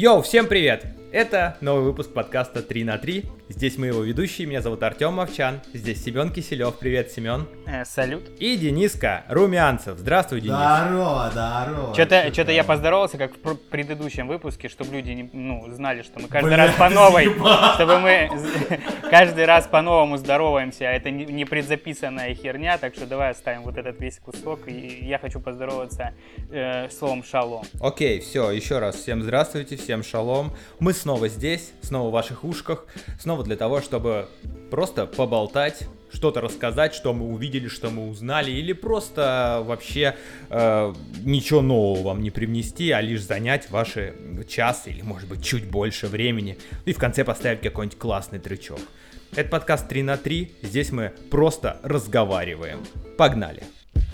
Йоу, всем привет! Это новый выпуск подкаста 3 на 3. Здесь мы его ведущие, меня зовут Артем Мовчан. Здесь Семен Киселев, привет, Семен. Салют. И Дениска Румянцев. Здравствуй, Денис. Здорово. Что-то я поздоровался, как в предыдущем выпуске, чтобы люди знали, что мы каждый раз по новой, чтобы мы каждый раз по-новому здороваемся, а это не предзаписанная херня, так что давай оставим вот этот весь кусок, и я хочу поздороваться словом шалом. Окей, все, еще раз всем здравствуйте, всем шалом. Мы снова здесь, снова в ваших ушках, снова для того, чтобы просто поболтать, что-то рассказать, что мы увидели, что мы узнали, или просто вообще ничего нового вам не привнести, а лишь занять ваши час или, может быть, чуть больше времени, и в конце поставить какой-нибудь классный трючок. Это подкаст 3 на 3, здесь мы просто разговариваем. Погнали!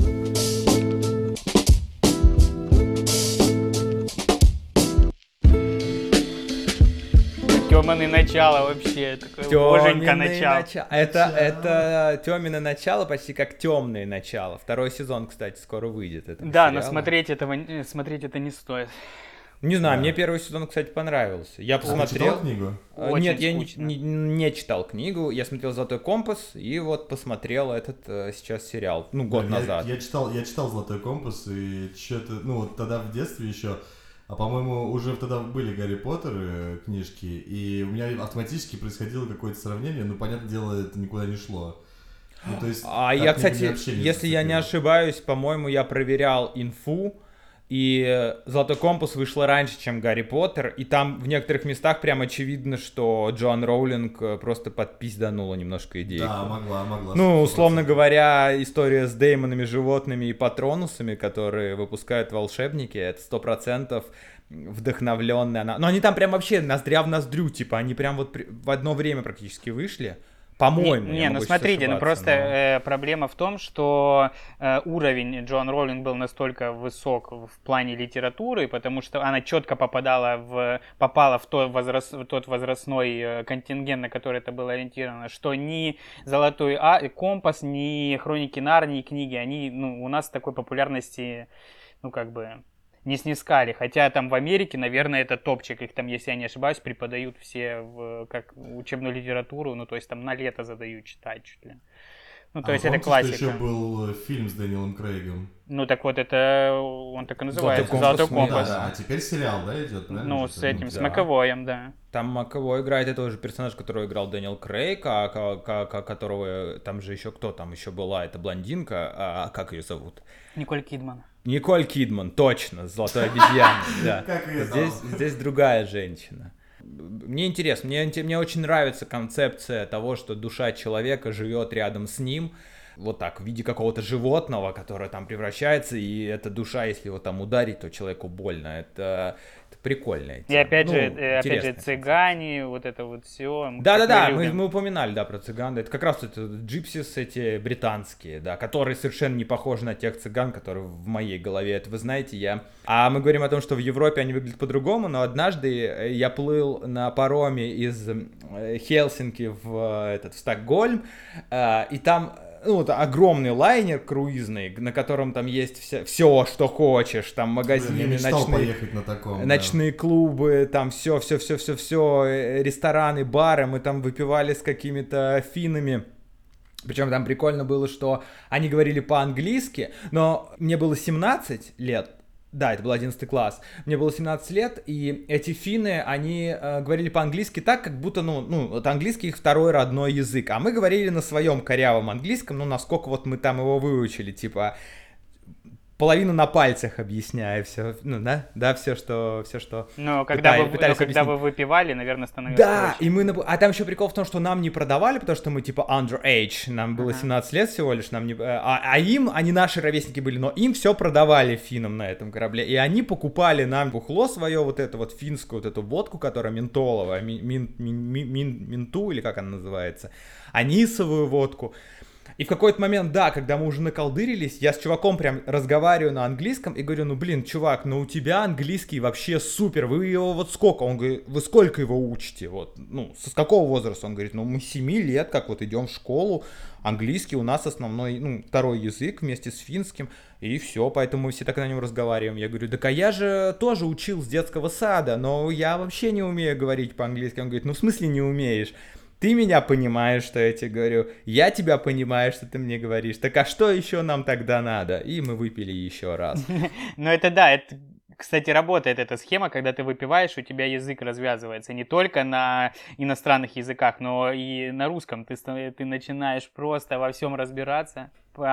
Тёмное начало вообще, такое боженька начало. Это Тёмино начало, почти как темное начало. Второй сезон, кстати, скоро выйдет. Да, но смотреть это не стоит. Не знаю, мне первый сезон, кстати, понравился. Я посмотрел. Ты читал книгу? Нет, я скучно. не читал книгу. Я смотрел «Золотой компас» и вот посмотрел этот сейчас сериал. Год назад. Я читал «Золотой компас», и что-то, вот тогда в детстве еще. А по-моему, уже тогда были Гарри Поттеры книжки, и у меня автоматически происходило какое-то сравнение, понятное дело, это никуда не шло. То есть, я, кстати, если я не ошибаюсь, по-моему, я проверял инфу, и «Золотой компас» вышла раньше, чем «Гарри Поттер», и там в некоторых местах прям очевидно, что Джоан Роулинг просто подпизданула немножко идею. Да, могла. Условно говоря, история с деймонами, животными и патронусами, которые выпускают волшебники, это 100% вдохновленная она. Но они там прям вообще ноздря в ноздрю, типа, они прям вот в одно время практически вышли. По-моему. Смотрите, просто проблема в том, что уровень Джоан Роулинг был настолько высок в плане литературы, потому что она четко попала в тот возрастной контингент, на который это было ориентировано, что ни «Золотой компас», ни «Хроники Нарнии» книги, они у нас такой популярности, не снискали. Хотя там в Америке, наверное, это топчик. Их там, если я не ошибаюсь, преподают все как учебную литературу. То есть там на лето задают читать чуть ли. То есть это классика. Что еще был фильм с Дэниелом Крейгом? Так вот, это он так и называется. «Золотой компас». Да, а теперь сериал, да, идет, правильно? С Маковоем, да. Там Маковой играет, это уже персонаж, которого играл Дэниел Крейг, которого там же еще кто там еще была, это блондинка, а как ее зовут? Николь Кидман, точно, «Золотой обезьяны», да. Как ее зовут? Здесь другая женщина. Мне интересно, мне очень нравится концепция того, что душа человека живет рядом с ним, вот так, в виде какого-то животного, которое там превращается, и эта душа, если его там ударить, то человеку больно. Это прикольная тема. И опять же цыгане, вот это вот все. Да, мы упоминали, про цыган. Это как раз джипсис эти британские, да, которые совершенно не похожи на тех цыган, которые в моей голове. Это вы знаете, А мы говорим о том, что в Европе они выглядят по-другому, но однажды я плыл на пароме из Хельсинки в Стокгольм, и там огромный лайнер круизный, на котором там есть все, что хочешь, там магазины, ночные клубы, там все, рестораны, бары, мы там выпивали с какими-то финнами. Причем там прикольно было, что они говорили по-английски, но мне было 17 лет. Да, это был 11 класс. Мне было 17 лет, и эти финны, они говорили по-английски так, как будто, английский их второй родной язык. А мы говорили на своем корявом английском, насколько мы там его выучили, типа, половину на пальцах объясняя все, все, что когда вы выпивали, наверное, становилось да, проще. А там еще прикол в том, что нам не продавали, потому что мы типа underage, нам было 17 лет всего лишь, они наши ровесники были, но им все продавали финнам на этом корабле, и они покупали нам бухло свое, финскую, эту водку, которая ментоловая, минту, или как она называется, анисовую водку. И в какой-то момент, да, когда мы уже наколдырились, я с чуваком прям разговариваю на английском и говорю, ну блин, чувак, ну у тебя английский вообще супер, вы его вот сколько? Он говорит, вы сколько его учите? Вот, ну, с какого возраста? Он говорит, ну мы 7 лет, как вот идем в школу, английский у нас основной, ну, второй язык вместе с финским, и все, поэтому мы все так на нем разговариваем. Я говорю, так а я же тоже учил с детского сада, но я вообще не умею говорить по-английски. Он говорит, ну в смысле не умеешь? Ты меня понимаешь, что я тебе говорю, я тебя понимаю, что ты мне говоришь. Так а что еще нам тогда надо? И мы выпили еще раз. Ну это да, это, кстати, работает эта схема, когда ты выпиваешь, у тебя язык развязывается не только на иностранных языках, но и на русском. Ты начинаешь просто во всем разбираться.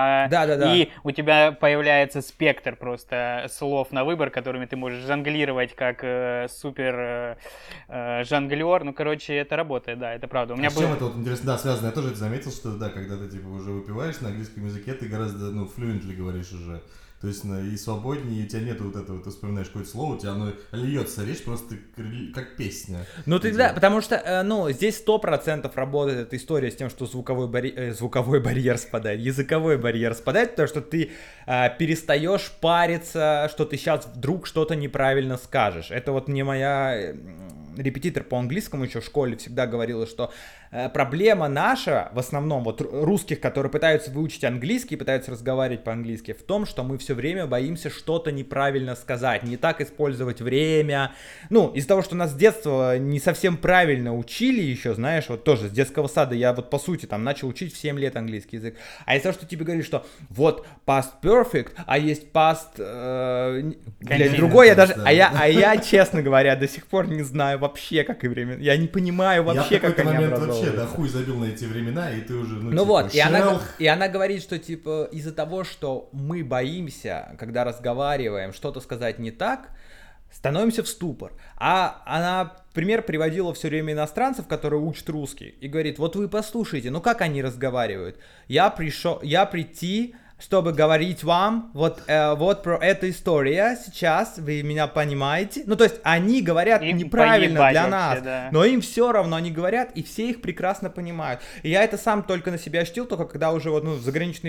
Да. И у тебя появляется спектр просто слов на выбор, которыми ты можешь жонглировать как супер жонглер. Ну, короче, это работает, да, это правда. У меня с чем это вот интересно, да, связано? Я тоже это заметил, что да, когда ты типа уже выпиваешь на английском языке, ты гораздо, ну, fluently говоришь уже. То есть и свободнее, и у тебя нет вот этого, ты вспоминаешь какое-то слово, у тебя оно льется, речь просто как песня. Ну ты да, потому что, ну, здесь 100% работает эта история с тем, что звуковой барьер спадает, языковой барьер спадает, потому что ты перестаешь париться, что ты сейчас вдруг что-то неправильно скажешь. Это вот мне моя репетитор по английскому еще в школе всегда говорила, что проблема наша, в основном вот русских, которые пытаются выучить английский, пытаются разговаривать по-английски, в том, что мы все время боимся что-то неправильно сказать, не так использовать время. Ну, из-за того, что нас с детства не совсем правильно учили еще, знаешь, вот тоже с детского сада я вот по сути там начал учить в 7 лет английский язык. А из-за того, что тебе говорят, что вот past perfect, а есть past другой, я даже, а я, честно говоря, до сих пор не знаю вообще, как и время. Я не понимаю вообще, как они образовываются. Вообще, да, хуй забил на эти времена, и ты уже, ну типа, вот, shell. и она говорит, что, типа, из-за того, что мы боимся, когда разговариваем, что-то сказать не так, становимся в ступор. А она пример приводила все время иностранцев, которые учат русский, и говорит, вот вы послушайте, ну как они разговаривают? Я прийти, чтобы говорить вам вот про эту историю сейчас, вы меня понимаете? Ну, то есть они говорят им неправильно для нас, вообще, да. Но им все равно, они говорят, и все их прекрасно понимают. И я это сам только на себя ощутил, только когда уже вот, ну, заграничные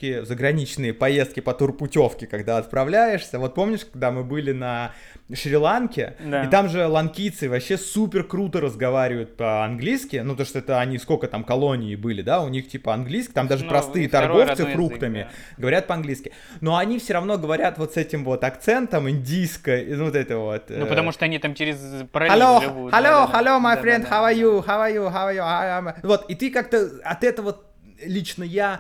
поездки по турпутевке, когда отправляешься. Вот помнишь, когда мы были на Шри-Ланке, да. И там же ланкийцы вообще супер круто разговаривают по-английски, ну, то что это они сколько там колоний были, да, у них типа английский, там даже простые торговцы фруктами язык, да. Говорят по-английски, но они все равно говорят вот с этим вот акцентом индийской, вот это вот. Ну, потому что они там через пролив живут. Hello, my friend, how are you? Вот, и ты как-то от этого лично я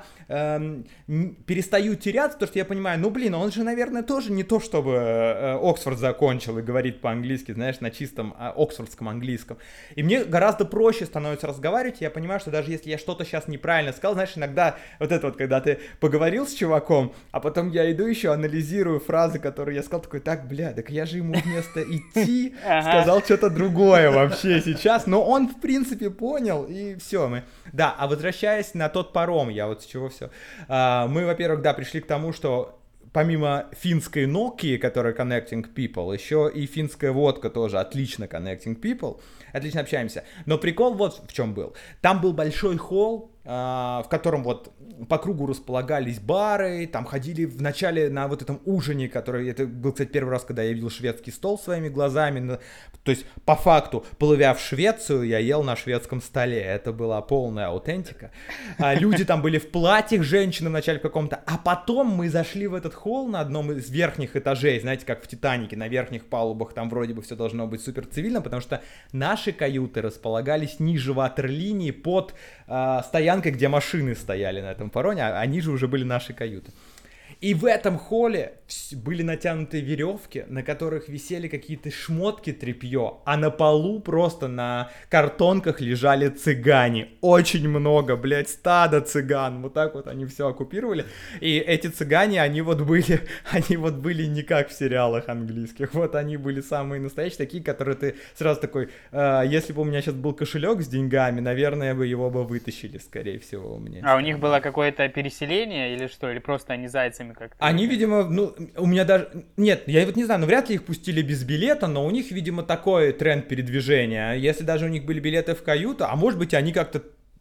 перестаю теряться, потому что я понимаю, ну блин, он же, наверное, тоже не то, чтобы Оксфорд закончил и говорит по-английски, знаешь, на чистом оксфордском английском. И мне гораздо проще становится разговаривать, и я понимаю, что даже если я что-то сейчас неправильно сказал, знаешь, иногда вот это вот, когда ты поговорил с чуваком, а потом я иду еще анализирую фразы, которые я сказал, такой, так, бля, так я же ему вместо идти сказал что-то другое вообще сейчас, но он, в принципе, понял, и все, мы... Да, а возвращаясь на тот паром, я вот с чего все. Мы, во-первых, да, пришли к тому, что помимо финской Nokia, которая connecting people, еще и финская водка тоже отлично connecting people, отлично общаемся. Но прикол вот в чем был. Там был большой холл, в котором вот по кругу располагались бары, там ходили вначале на вот этом ужине, который, это был, кстати, первый раз, когда я видел шведский стол своими глазами, то есть по факту, плывя в Швецию, я ел на шведском столе, это была полная аутентика. Люди там были в платьях, женщины вначале в каком-то, а потом мы зашли в этот холл на одном из верхних этажей, знаете, как в Титанике, на верхних палубах, там вроде бы все должно быть супер цивильно, потому что наши каюты располагались ниже ватерлинии под стоянкой, где машины стояли на этом пароме, а ниже уже были наши каюты. И в этом холле были натянуты веревки, на которых висели какие-то шмотки, тряпье, а на полу просто на картонках лежали цыгане. Очень много, блядь, стадо цыган. Вот так вот они все оккупировали. И эти цыгане, они вот были не как в сериалах английских. Вот они были самые настоящие, такие, которые ты сразу такой, если бы у меня сейчас был кошелек с деньгами, наверное, его бы вытащили, скорее всего, у меня. А у них было какое-то переселение или что? Или просто они зайцами как-то? Они, видимо, ну, у меня даже... Нет, я вот не знаю, но вряд ли их пустили без билета, но у них, видимо, такой тренд передвижения. Если даже у них были билеты в каюту, а может быть, они как-то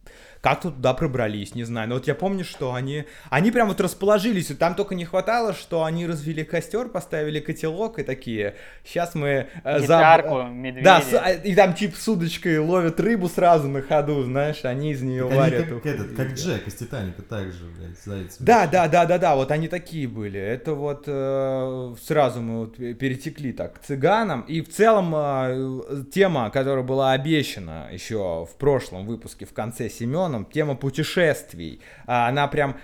как туда пробрались, не знаю. Но вот я помню, что они прям вот расположились, и там только не хватало, что они развели костер, поставили котелок и такие, сейчас мы... Гитарку, медведя. Да, и там типа с удочкой ловят рыбу сразу на ходу, знаешь, они из нее Так варят. как Джек из Титаника, так же, блядь, заяц. Да, вот они такие были. Это вот сразу мы вот перетекли так к цыганам. И в целом тема, которая была обещана еще в прошлом выпуске в конце Семеном, тема путешествий, она прям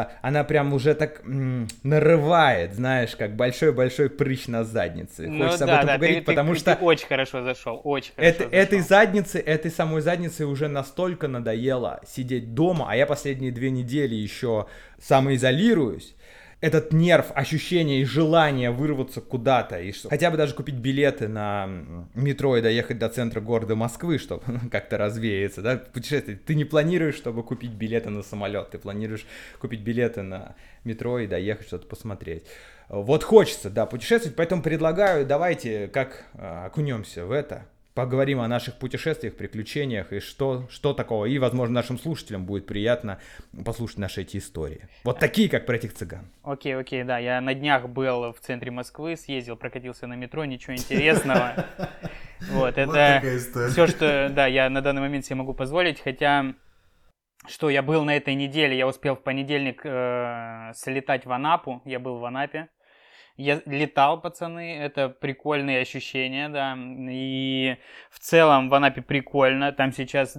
уже так нарывает, знаешь, как большой-большой прыщ на заднице. Ну, хочется об этом поговорить, потому что... Ты очень хорошо зашел, очень хорошо Этой самой заднице уже настолько надоело сидеть дома, а я последние 2 недели еще самоизолируюсь. Этот нерв, ощущение и желание вырваться куда-то, и хотя бы даже купить билеты на метро и доехать до центра города Москвы, чтобы как-то развеяться, да, путешествовать. Ты не планируешь, чтобы купить билеты на самолет, ты планируешь купить билеты на метро и доехать что-то посмотреть. Вот хочется, да, путешествовать, поэтому предлагаю, давайте как окунемся в это. Поговорим о наших путешествиях, приключениях и что такого. И, возможно, нашим слушателям будет приятно послушать наши эти истории. Вот такие, как про этих цыган. Окей, да. Я на днях был в центре Москвы, съездил, прокатился на метро, ничего интересного. Вот, это все, что, да, я на данный момент себе могу позволить. Хотя, что я был на этой неделе, я успел в понедельник слетать в Анапу. Я был в Анапе. Я летал, пацаны, это прикольные ощущения, да, и в целом в Анапе прикольно, там сейчас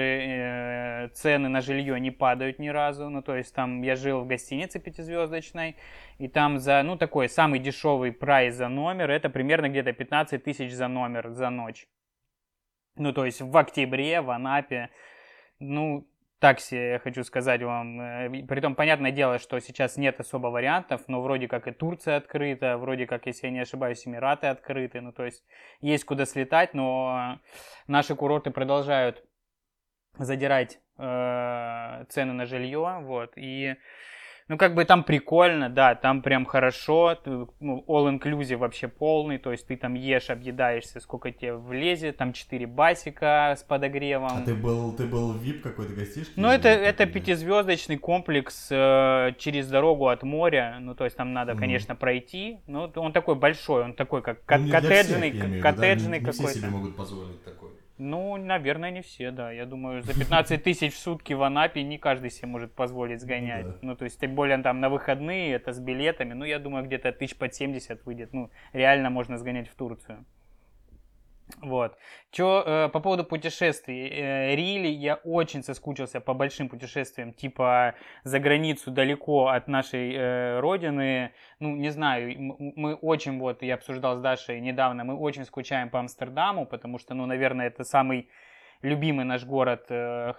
даже цены на жилье не падают ни разу, ну, то есть там я жил в гостинице 5-звездочной, и там за, ну, такой самый дешевый прайс за номер, это примерно где-то 15 тысяч за номер, за ночь. Ну, то есть в октябре в Анапе, ну... Так себе, я хочу сказать вам. Притом, понятное дело, что сейчас нет особо вариантов, но вроде как и Турция открыта, вроде как, если я не ошибаюсь, Эмираты открыты. Ну, то есть куда слетать, но наши курорты продолжают задирать цены на жилье, вот, и... Ну, как бы там прикольно, да, там прям хорошо, all-inclusive вообще полный, то есть ты там ешь, объедаешься, сколько тебе влезет, там 4 басика с подогревом. А ты был в VIP какой-то гостишке? Ну, это 5-звездочный комплекс через дорогу от моря, ну, то есть там надо, конечно, пройти, но он такой большой, он такой как коттеджный какой-то. Не все себе могут позволить такой. Ну, наверное, не все, да. Я думаю, за 15 тысяч в сутки в Анапе не каждый себе может позволить сгонять. Да. Ну, то есть, тем более там на выходные, это с билетами, ну, я думаю, где-то 1070 выйдет. Ну, реально можно сгонять в Турцию. Вот. По поводу путешествий. Рили, я очень соскучился по большим путешествиям, типа за границу, далеко от нашей родины. Ну, не знаю, мы очень, вот, я обсуждал с Дашей недавно, мы очень скучаем по Амстердаму, потому что, ну, наверное, это самый любимый наш город,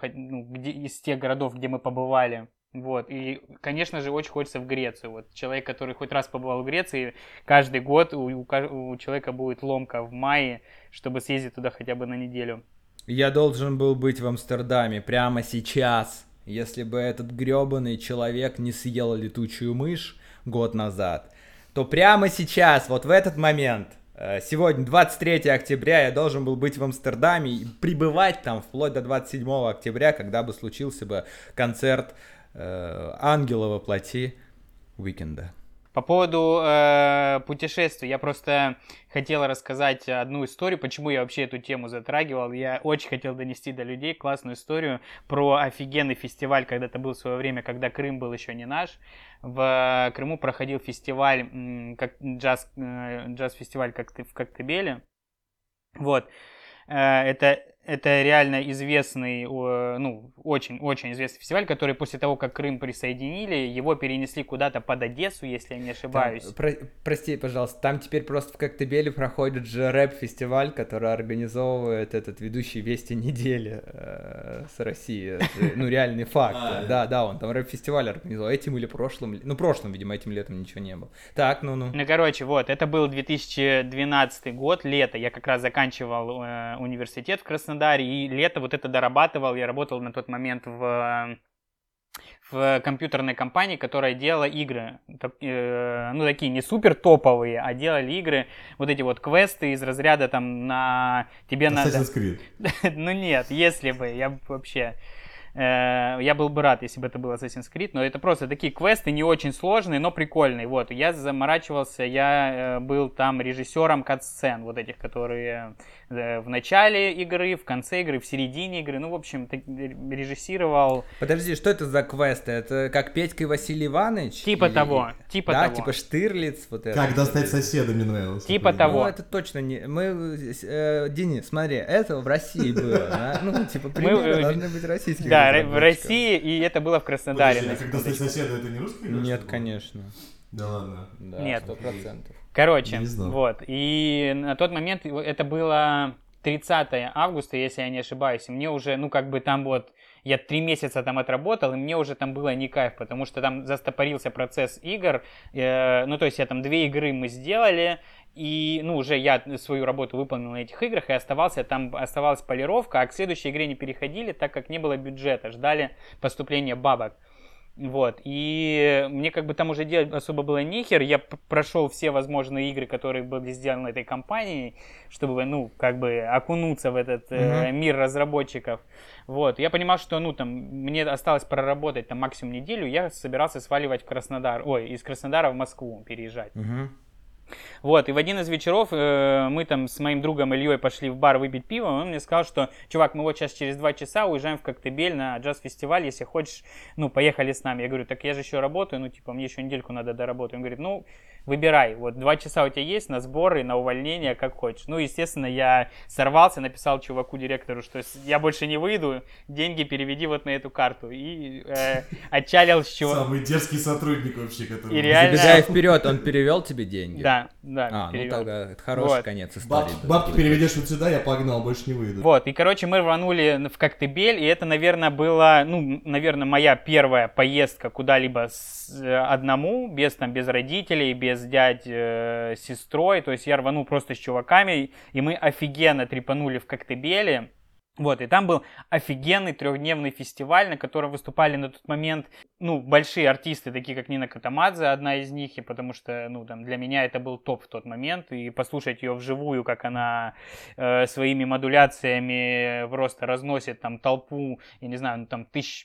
из тех городов, где мы побывали. Вот, и, конечно же, очень хочется в Грецию. Вот, человек, который хоть раз побывал в Греции, каждый год у человека будет ломка в мае, чтобы съездить туда хотя бы на неделю. Я должен был быть в Амстердаме прямо сейчас, если бы этот гребаный человек не съел летучую мышь год назад, то прямо сейчас, вот в этот момент, сегодня 23 октября, я должен был быть в Амстердаме и пребывать там вплоть до 27 октября, когда бы случился бы концерт Ангела во плоти Уикенда. По поводу путешествий, я просто хотел рассказать одну историю, почему я вообще эту тему затрагивал. Я очень хотел донести до людей классную историю про офигенный фестиваль, когда-то был в свое время, когда Крым был еще не наш. В Крыму проходил фестиваль, как джаз-фестиваль в Коктебеле. Вот. Это реально известный, ну, очень-очень известный фестиваль, который после того, как Крым присоединили, его перенесли куда-то под Одессу, если я не ошибаюсь. Прости, пожалуйста, там теперь просто в Коктебеле проходит же рэп-фестиваль, который организовывает этот ведущий Вести недели с России. Ну, реальный факт. Да, он там рэп-фестиваль организовал. Этим или прошлым? Ну, прошлым, видимо, этим летом ничего не было. Так, ну. Ну, короче, вот, это был 2012 год, лето. Я как раз заканчивал университет в Краснодаре, и лето вот это дорабатывал. Я работал на тот момент в компьютерной компании, которая делала игры, ну, такие не супер топовые, а делали игры, вот эти вот квесты из разряда там на тебе надо... Assassin's Creed. Ну нет, если бы, я вообще... Я был бы рад, если бы это был Assassin's Creed, но это просто такие квесты не очень сложные, но прикольные. Вот, я заморачивался, я был там режиссером кат-сцен, вот этих, которые в начале игры, в конце игры, в середине игры. Ну, в общем, режиссировал. Подожди, что это за квесты? Это как Петька и Василий Иванович? Типа того, типа да, того. типа Штирлиц, вот это. Как достать соседа, мне нравилось. Типа того. Ну, это точно не... Денис, смотри, это в России было. Ну, типа, примеры должны быть российские. Да, в России, и это было в Краснодаре. Подожди, а как достать соседа, это не русский? Нет, конечно. Да ладно. Да, Нет. 100%. Короче, вот, и на тот момент это было 30 августа, если я не ошибаюсь, и мне уже, ну, как бы там вот, я 3 месяца там отработал, и мне уже там было не кайф, потому что там застопорился процесс игр, ну, то есть я там 2 игры мы сделали, и, ну, уже я свою работу выполнил на этих играх, и оставалась полировка, а к следующей игре не переходили, так как не было бюджета, ждали поступления бабок. Вот, и мне как бы там уже делать особо было нехер, я прошел все возможные игры, которые были сделаны этой компанией, чтобы, ну, как бы окунуться в этот мир разработчиков. Вот, я понимал, что, ну, там, мне осталось проработать там максимум неделю, я собирался сваливать в Краснодар, из Краснодара в Москву переезжать. Вот, и в один из вечеров мы там с моим другом Ильей пошли в бар выпить пиво, он мне сказал, что, чувак, мы вот сейчас через 2 часа уезжаем в Коктебель на джаз-фестиваль, если хочешь, ну, поехали с нами. Я говорю, так я же еще работаю, ну, типа, мне еще недельку надо доработать. Он говорит, ну, выбирай, вот 2 часа у тебя есть на сборы, на увольнение, как хочешь. Ну, естественно, я сорвался, написал чуваку-директору, что я больше не выйду, деньги переведи вот на эту карту. И отчалил с чего... Самый дерзкий сотрудник вообще, который... И реально... Забегая вперед, он перевел тебе деньги? Да, ну перевел. тогда это хороший конец истории. Бабки переведешь вот сюда, я погнал, больше не выйду. Вот, и, короче, мы рванули в Коктебель, и это, наверное, была, ну, наверное, моя первая поездка куда-либо одному, без родителей, без дядь с сестрой, то есть я рванул просто с чуваками, и мы офигенно трепанули в Коктебеле. Вот, и там был офигенный 3-дневный фестиваль, на котором выступали на тот момент, ну, большие артисты, такие как Нина Катамадзе, одна из них, и потому что, ну, там, для меня это был топ в тот момент, и послушать ее вживую, как она своими модуляциями просто разносит там толпу, я не знаю, ну, там,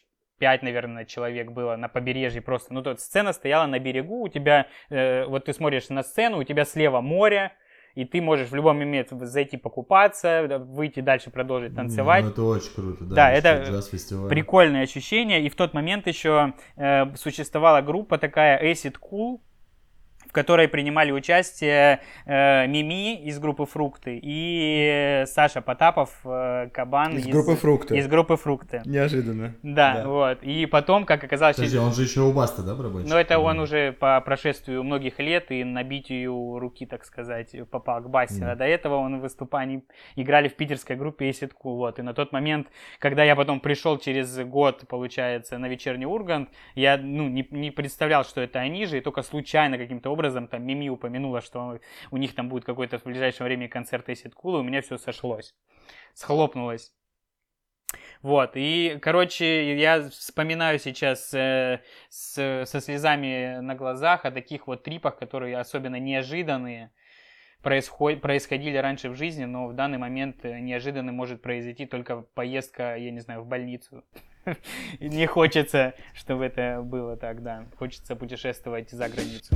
5, наверное, человек было на побережье просто, ну, то сцена стояла на берегу, у тебя, вот ты смотришь на сцену, у тебя слева море, и ты можешь в любой момент зайти покупаться, выйти дальше, продолжить танцевать. Ну, это очень круто, да. Да, это джаз-фестиваль. Прикольное ощущение. И в тот момент еще существовала группа такая Acid Cool, в которой принимали участие Мими из группы «Фрукты» и Саша Потапов, Кабан из группы «Фрукты». Из группы «Фрукты». Неожиданно. Да, вот. И потом, как оказалось... Подожди, он же еще у Баста, да, работает? Ну, это он уже по прошествию многих лет и набитию руки, так сказать, попал к Басте. А до этого он они играли в питерской группе Acid Cool. Вот. И на тот момент, когда я потом пришел через год, получается, на вечерний Ургант, я, ну, не представлял, что это они же, и только случайно каким-то образом там Мими упомянула, что у них там будет какой-то в ближайшее время концерт Acid Cool, и у меня все сошлось, схлопнулось. Вот, и, короче, я вспоминаю сейчас со слезами на глазах о таких вот трипах, которые особенно неожиданные, происходили раньше в жизни, но в данный момент неожиданно может произойти только поездка, я не знаю, в больницу. Не хочется, чтобы это было так, да. Хочется путешествовать за границу.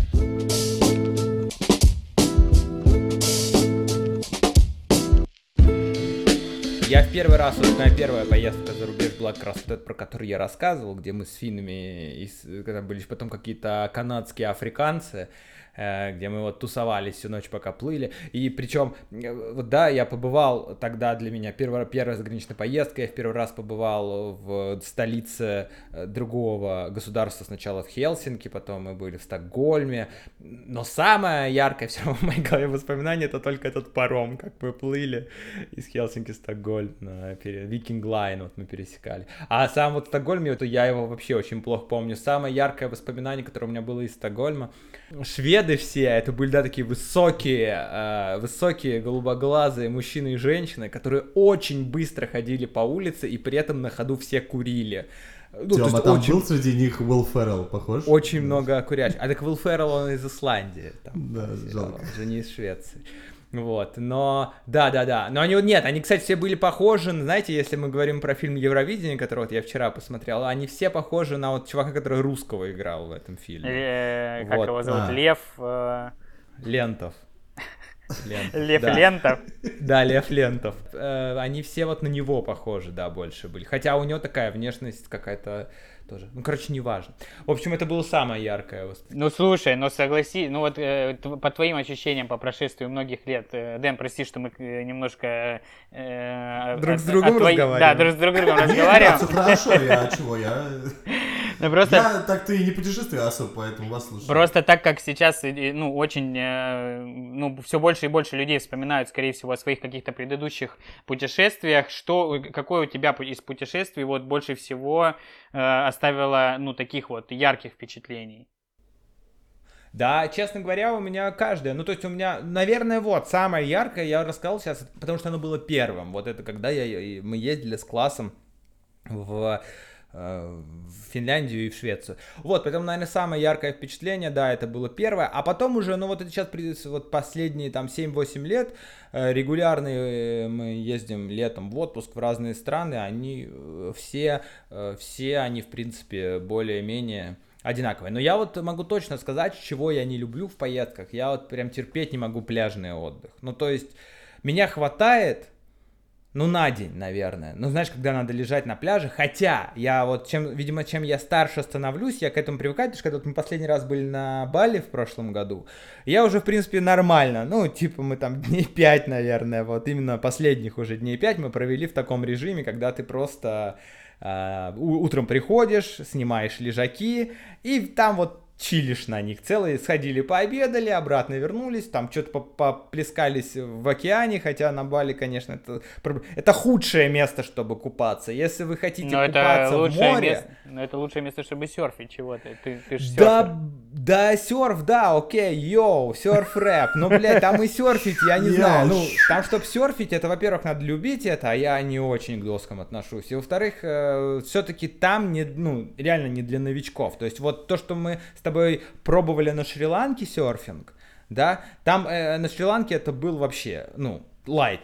Я в первый раз, вот моя первая поездка за рубеж была как раз вот эта, про которую я рассказывал, где мы с финнами, когда были потом какие-то канадские африканцы, где мы вот тусовались всю ночь, пока плыли. И причем, вот да, я побывал тогда, для меня первая заграничная поездка, я в первый раз побывал в столице другого государства, сначала в Хельсинки, потом мы были в Стокгольме. Но самое яркое все равно в моей голове воспоминание — это только этот паром, как мы плыли из Хельсинки в Стокгольм, Викинг Лайн вот мы пересекали. А сам вот в Стокгольме, это я его вообще очень плохо помню. Самое яркое воспоминание, которое у меня было из Стокгольма: шведы все, это были, да, такие высокие голубоглазые мужчины и женщины, которые очень быстро ходили по улице и при этом на ходу все курили. Ну, Тёма, там очень... был среди них Уилл Феррелл, похож? Очень много курящих. А так Уилл Феррелл, он из Исландии. Там, да, жалко. Он же не из Швеции. Вот, но, да, но они, нет, они, кстати, все были похожи, знаете, если мы говорим про фильм «Евровидение», который вот я вчера посмотрел, они все похожи на вот чувака, который русского играл в этом фильме. Как Вот. его зовут? Лев... Лентов. Лев Да. Лентов. Да, Лев Лентов. Они все вот на него похожи, да, больше были. Хотя у него такая внешность какая-то тоже. Ну, короче, неважно. В общем, это было самое яркое воспоминание. Ну, слушай, но согласи, ну вот по твоим ощущениям по прошествию многих лет, Дэн, прости, что мы немножко... Друг с другом разговариваем. Да, друг с другом Нет, разговариваем. все хорошо, я чего, Ну, просто... Я так-то и не путешествую особо, поэтому вас слушаю. Просто так как сейчас, ну, очень, ну, все больше и больше людей вспоминают, скорее всего, о своих каких-то предыдущих путешествиях, какое у тебя из путешествий вот больше всего оставило, ну, таких вот ярких впечатлений? Да, честно говоря, у меня каждое. Ну, то есть у меня, наверное, вот, самое яркое я рассказал сейчас, потому что оно было первым. Вот это когда мы ездили с классом в Финляндию и в Швецию. Вот, поэтому, наверное, самое яркое впечатление, да, это было первое. А потом уже, ну вот это сейчас, вот последние там 7-8 лет, регулярно мы ездим летом в отпуск в разные страны, они все они, в принципе, более-менее одинаковые. Но я вот могу точно сказать, чего я не люблю в поездках. Я вот прям терпеть не могу пляжный отдых. Ну, то есть, меня хватает... Ну, на день, наверное. Ну, знаешь, когда надо лежать на пляже. Хотя, я вот, видимо, чем я старше становлюсь, я к этому привыкаю. Потому что когда вот мы последний раз были на Бали в прошлом году, я уже, в принципе, нормально. Ну, типа, мы там дней 5, наверное, вот именно последних уже дней 5 мы провели в таком режиме, когда ты просто утром приходишь, снимаешь лежаки, и там вот чилишь на них. Целые сходили, пообедали, обратно вернулись, там что-то поплескались в океане, хотя на Бали, конечно, это худшее место, чтобы купаться. Если вы хотите купаться в море... Но это лучшее место, чтобы серфить, чего ты ж серфер. Да, серф, да, окей, йоу, серф-рэп, но, блядь, там и серфить, я не знаю, ну, там, чтобы серфить, это, во-первых, надо любить это, а я не очень к доскам отношусь, и, во-вторых, все-таки там, реально не для новичков, то есть вот то, что мы с тобой пробовали на Шри-Ланке серфинг, да, там на Шри-Ланке это был вообще, лайт,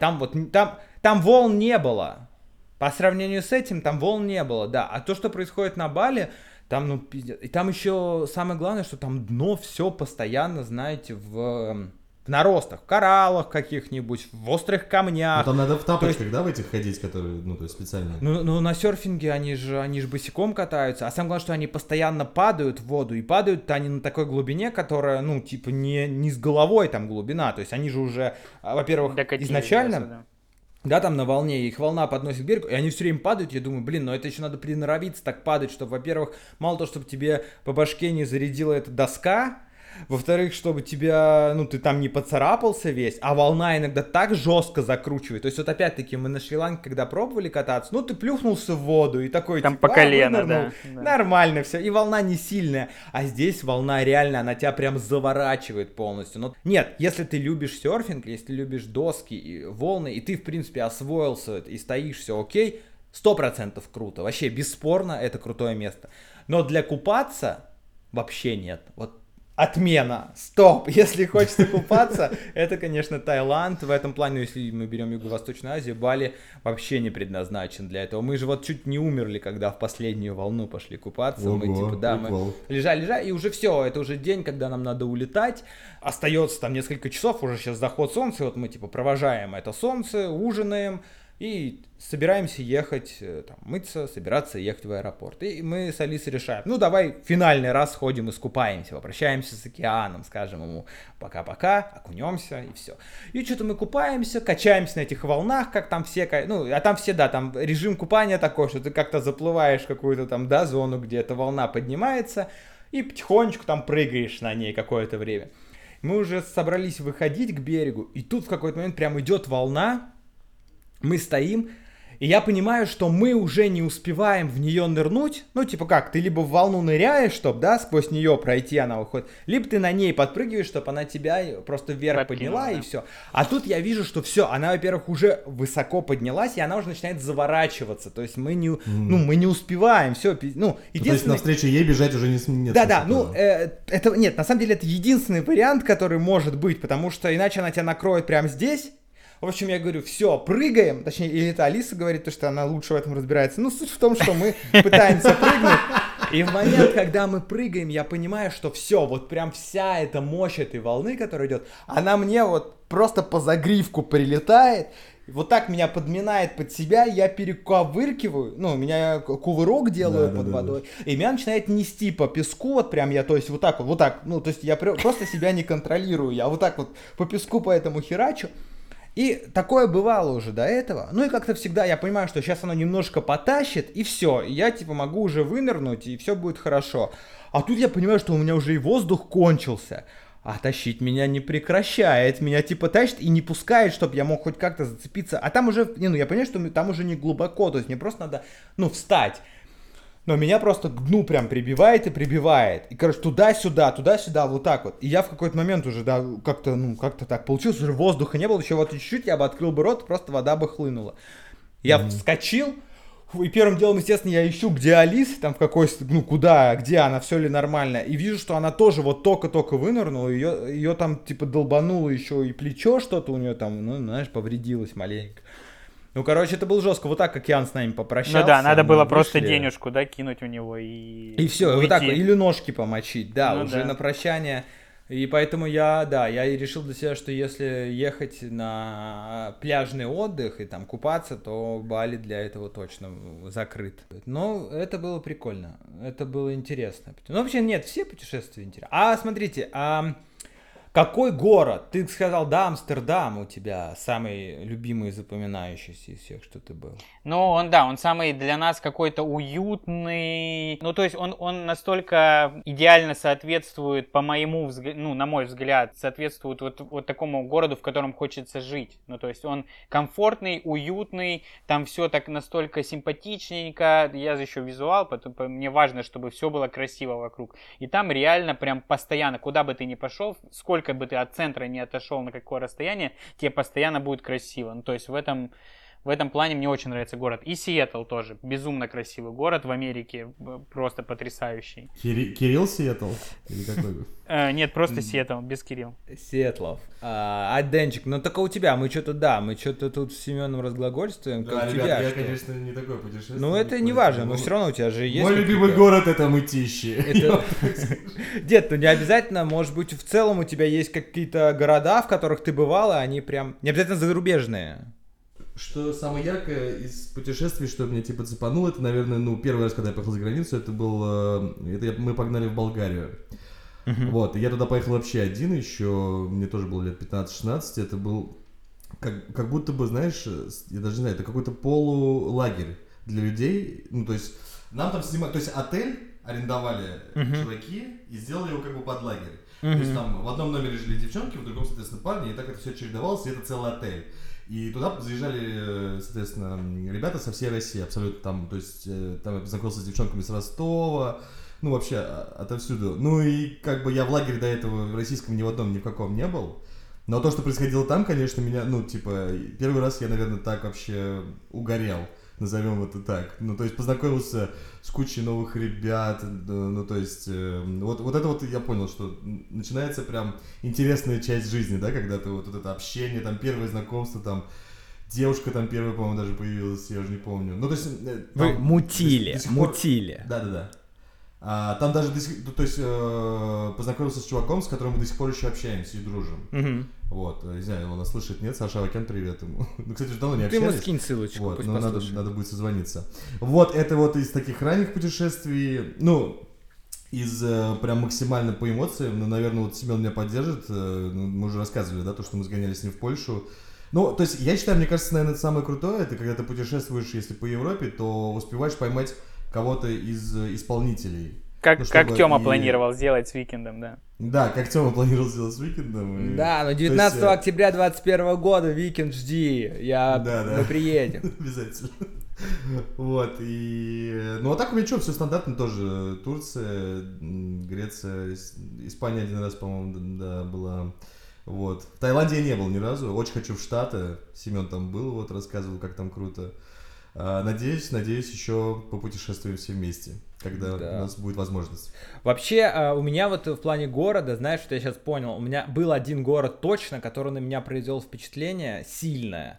там волн не было, по сравнению с этим там волн не было, да, а то, что происходит на Бали, там, пиздец, и там еще самое главное, что там дно все постоянно, знаете, в наростах, в кораллах каких-нибудь, в острых камнях. Ну, там надо в тапочках, да, в этих ходить, которые, то есть специальные? Ну, на серфинге они же босиком катаются, а самое главное, что они постоянно падают в воду, и падают-то они на такой глубине, которая, не с головой там глубина, то есть они же уже, во-первых, изначально... Да, там на волне, их волна подносит к берегу, и они все время падают, я думаю, но это еще надо приноровиться так падать, чтобы, во-первых, мало того, чтобы тебе по башке не зарядила эта доска, во-вторых, чтобы тебя, ты там не поцарапался весь, а волна иногда так жестко закручивает. То есть вот опять-таки мы на Шри-Ланке, когда пробовали кататься, ты плюхнулся в воду и такой, там по колено, да. Нормально все, и волна не сильная. А здесь волна реально, она тебя прям заворачивает полностью. Но нет, если ты любишь серфинг, если ты любишь доски и волны, и ты, в принципе, освоился и стоишь, все окей, 100% круто. Вообще, бесспорно, это крутое место. Но для купаться вообще нет. Вот отмена, стоп, если хочется купаться, это, конечно, Таиланд, в этом плане, если мы берем Юго-Восточную Азию, Бали вообще не предназначен для этого, мы же вот чуть не умерли, когда в последнюю волну пошли купаться, мы лежали, и уже все, это уже день, когда нам надо улетать, остается там несколько часов, уже сейчас заход солнца, вот мы провожаем это солнце, ужинаем, и собираемся ехать, мыться, собираться ехать в аэропорт. И мы с Алисой решаем, давай финальный раз сходим, искупаемся, попрощаемся с океаном, скажем ему пока-пока, окунемся и все. И что-то мы купаемся, качаемся на этих волнах, как там все, а там все, да, там режим купания такой, что ты как-то заплываешь в какую-то там, да, зону, где эта волна поднимается, и потихонечку там прыгаешь на ней какое-то время. Мы уже собрались выходить к берегу, и тут в какой-то момент прям идет волна, мы стоим, И я понимаю, что мы уже не успеваем в нее нырнуть. Ну, типа как, ты либо в волну ныряешь, чтобы, да, сквозь нее пройти она выходит, либо ты на ней подпрыгиваешь, чтобы она тебя просто вверх подняла, и все. А тут я вижу, что все, она, во-первых, уже высоко поднялась, и она уже начинает заворачиваться. То есть мы не успеваем, все. Ну, единственное... То есть навстречу ей бежать уже нет. Да, это, нет, на самом деле это единственный вариант, который может быть, потому что иначе она тебя накроет прямо здесь. В общем, я говорю, все, прыгаем, точнее, или это Алиса говорит, то, что она лучше в этом разбирается. Ну, суть в том, что мы пытаемся прыгнуть, и в момент, когда мы прыгаем, я понимаю, что все, вот прям вся эта мощь этой волны, которая идет, она мне вот просто по загривку прилетает, вот так меня подминает под себя, я перековыркиваю, ну, меня кувырок делаю под водой, и меня начинает нести по песку, вот прям я, то есть вот так, ну, то есть я просто себя не контролирую, я вот так вот по песку по этому херачу. И такое бывало уже до этого. Ну и как-то всегда я понимаю, что сейчас оно немножко потащит, и все. Я типа могу уже вынырнуть, и все будет хорошо. А тут я понимаю, что у меня уже и воздух кончился. А тащить меня не прекращает. Меня типа тащит и не пускает, чтобы я мог хоть как-то зацепиться. А там уже, я понимаю, что там уже не глубоко. То есть мне просто надо, встать. Но меня просто к дну прям прибивает и прибивает. И, короче, туда-сюда, вот так вот. И я в какой-то момент уже, да, как-то так получилось, уже воздуха не было. Еще вот чуть-чуть я бы открыл бы рот, просто вода бы хлынула. Я вскочил, и первым делом, естественно, я ищу, где Алиса, там в какой, куда, где она, все ли нормально. И вижу, что она тоже вот только-только вынырнула, ее там типа долбануло еще и плечо что-то у нее там, знаешь, повредилось маленько. Ну, короче, это было жестко. Вот так, как Ян с нами попрощался. Ну да, надо было просто денежку, да, кинуть у него и все, вот так вот, или ножки помочить, да, уже да. на прощание. И поэтому я и решил для себя, что если ехать на пляжный отдых и там купаться, то Бали для этого точно закрыт. Но это было прикольно, это было интересно. Ну, вообще, нет, все путешествия интересны. А, смотрите, какой город? Ты сказал, да, Амстердам у тебя самый любимый и запоминающийся из всех, что ты был. Ну, он самый для нас какой-то уютный. Ну, то есть он настолько идеально соответствует, по моему взгляду, на мой взгляд, соответствует вот такому городу, в котором хочется жить. Ну, то есть он комфортный, уютный, там все так настолько симпатичненько. Я же еще визуал, поэтому мне важно, чтобы все было красиво вокруг. И там реально прям постоянно, куда бы ты ни пошел, сколько бы ты от центра не отошел, на какое расстояние, тебе постоянно будет красиво. Ну, то есть в этом плане мне очень нравится город. И Сиэтл тоже. Безумно красивый город в Америке. Просто потрясающий. Кирилл Сиэтл? Или какой? Нет, просто Сиэтл, без Кирилл. Сиэтлов. Денчик, только у тебя, мы что-то тут с Семеном разглагольствуем. Да, ребят, я, конечно, не такой путешественник. Ну, это не важно, но все равно у тебя же есть... Мой любимый город — это Мытищи. Дед, не обязательно, может быть, в целом у тебя есть какие-то города, в которых ты бывала, они прям... Не обязательно зарубежные. Что самое яркое из путешествий, что меня типа цепануло, это, наверное, первый раз, когда я поехал за границу, это был... мы погнали в Болгарию. Вот, и я туда поехал вообще один еще, мне тоже было лет 15-16, это был как будто бы, знаешь, я даже не знаю, это какой-то полулагерь для людей, то есть нам там снимали, то есть отель арендовали чуваки и сделали его как бы под лагерь. То есть там в одном номере жили девчонки, в другом, соответственно, парни, и так это все чередовалось, и это целый отель. И туда заезжали, соответственно, ребята со всей России, абсолютно там, то есть там я познакомился с девчонками с Ростова, вообще отовсюду. Ну и как бы я в лагере до этого в российском ни в каком не был. Но то, что происходило там, конечно, меня, первый раз я, наверное, так вообще угорел, назовем это так. То есть познакомился с кучей новых ребят, то есть вот это вот я понял, что начинается прям интересная часть жизни, да, когда ты вот это общение, там первое знакомство, там девушка там первая, по-моему, даже появилась, я уже не помню. То есть... Вы мутили. Да. Там даже, то есть, познакомился с чуваком, с которым мы до сих пор еще общаемся и дружим. Вот, не знаю, он нас слышит, нет? Саша Авакян, привет ему. Кстати, уже давно не общались. Ты ему скинь ссылочку, вот, пусть но послушает. надо будет созвониться. Вот, это вот из таких ранних путешествий, из прям максимально по эмоциям, наверное, вот Семен меня поддержит, мы уже рассказывали, да, то, что мы сгоняли с ним в Польшу. То есть, я считаю, мне кажется, наверное, это самое крутое, это когда ты путешествуешь, если по Европе, то успеваешь поймать кого-то из исполнителей. Как чтобы Тёма и- планировал сделать с Уикендом, да. Да, как Тёма планировал сделать с Уикендом. Да, но То 19 есть, октября 2021 года Уикенд жди, Да. мы приедем. Обязательно. Вот, ну а так у меня что, все стандартно тоже. Турция, Греция, Испания один раз, по-моему, да, была. Вот. В Таиланде я не был ни разу. Очень хочу в Штаты. Семен там был, вот рассказывал, как там круто. Надеюсь, еще попутешествуем все вместе, когда Да. у нас будет возможность. Вообще, у меня вот в плане города, знаешь, что я сейчас понял, у меня был один город точно, который на меня произвел впечатление сильное.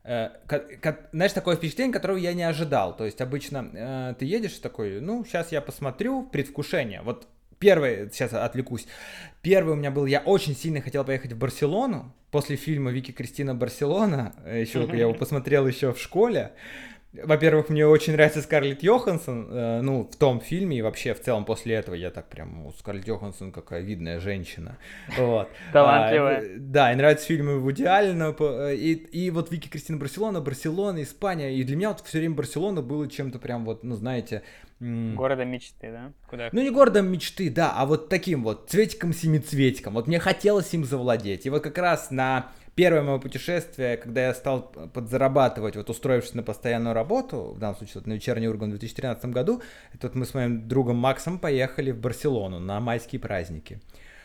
Знаешь, такое впечатление, которого я не ожидал. То есть обычно ты едешь такой, ну, сейчас я посмотрю, предвкушение. Вот первый, сейчас отвлекусь. Первый у меня был, я очень сильно хотел поехать в Барселону. После фильма «Вики Кристина Барселона», еще я его посмотрел еще в школе. Во-первых, мне очень нравится Скарлетт Йоханссон, ну, в том фильме, и вообще в целом после этого я так прям, Скарлетт Йоханссон какая видная женщина, вот. Талантливая. Да, и нравятся фильмы Вуди Аллена, и вот Вики Кристина Барселона, Испания, и для меня вот все время Барселона было чем-то прям вот, ну, знаете... Городом мечты, да? Куда? Ну, не городом мечты, да, а вот таким вот цветиком-семицветиком, вот мне хотелось им завладеть, и вот как раз на... Первое мое путешествие, когда я стал подзарабатывать, вот устроившись на постоянную работу, в данном случае вот на вечерний Ургант в 2013 году, это вот мы с моим другом Максом поехали в Барселону на майские праздники.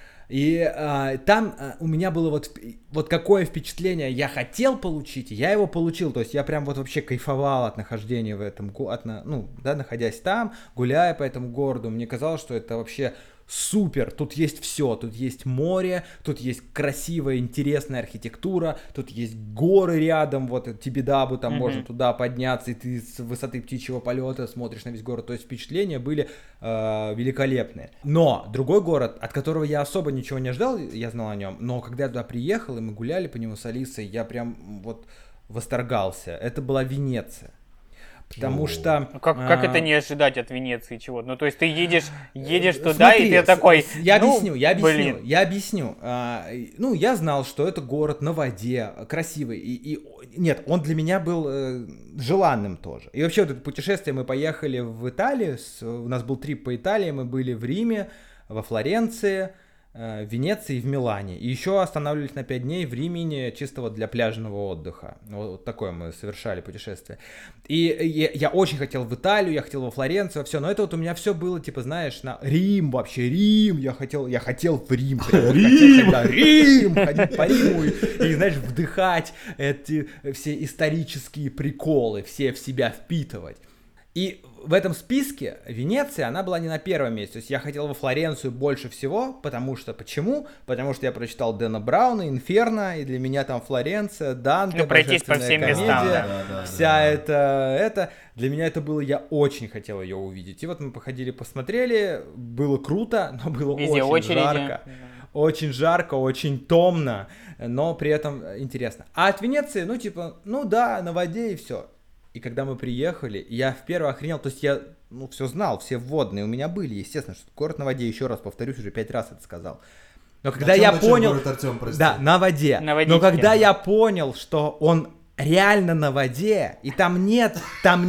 И там у меня было вот какое впечатление я хотел получить, я его получил, то есть я прям вот вообще кайфовал от нахождения в этом, находясь там, гуляя по этому городу, мне казалось, что это вообще... Супер, тут есть все, тут есть море, тут есть красивая, интересная архитектура, тут есть горы рядом, вот Тибидабу, там можно туда подняться, и ты с высоты птичьего полета смотришь на весь город, то есть впечатления были великолепные. Но другой город, от которого я особо ничего не ждал, я знал о нем, но когда я туда приехал, и мы гуляли по нему с Алисой, я прям вот восторгался, это была Венеция. Потому что... Как это не ожидать от Венеции чего-то? Ну, то есть ты едешь туда, смотри, и ты такой... Я объясню. Блин. Ну, я знал, что это город на воде, красивый. Нет, он для меня был желанным тоже. И вообще вот это путешествие, мы поехали в Италию, у нас был трип по Италии, мы были в Риме, во Флоренции, в Венеции и в Милане. И еще останавливались на 5 дней в Римени чисто вот для пляжного отдыха. Вот такое мы совершали путешествие. И я очень хотел в Италию, я хотел во Флоренцию, все. Но это вот у меня все было, типа, знаешь, на Рим, вообще Рим. Я хотел в Рим. Рим! Ходить по Риму и, знаешь, вдыхать эти все исторические приколы, все в себя впитывать. И в этом списке Венеция, она была не на первом месте. То есть я хотел во Флоренцию больше всего, потому что... Почему? Потому что я прочитал Дэна Брауна, Инферно, и для меня там Флоренция, Данте, пройтись по всем местам, да. Вся это... Для меня это было... Я очень хотел ее увидеть. И вот мы походили, посмотрели, было круто, но было очень жарко. Очень жарко, очень томно, но при этом интересно. А от Венеции, на воде и все. И когда мы приехали, я впервые охренел, то есть я, все знал, все вводные у меня были, естественно, что город на воде, еще раз повторюсь, уже 5 раз это сказал. Но когда я понял... Город, Артём, да, на воде. Но когда я понял, что он реально на воде, и там нет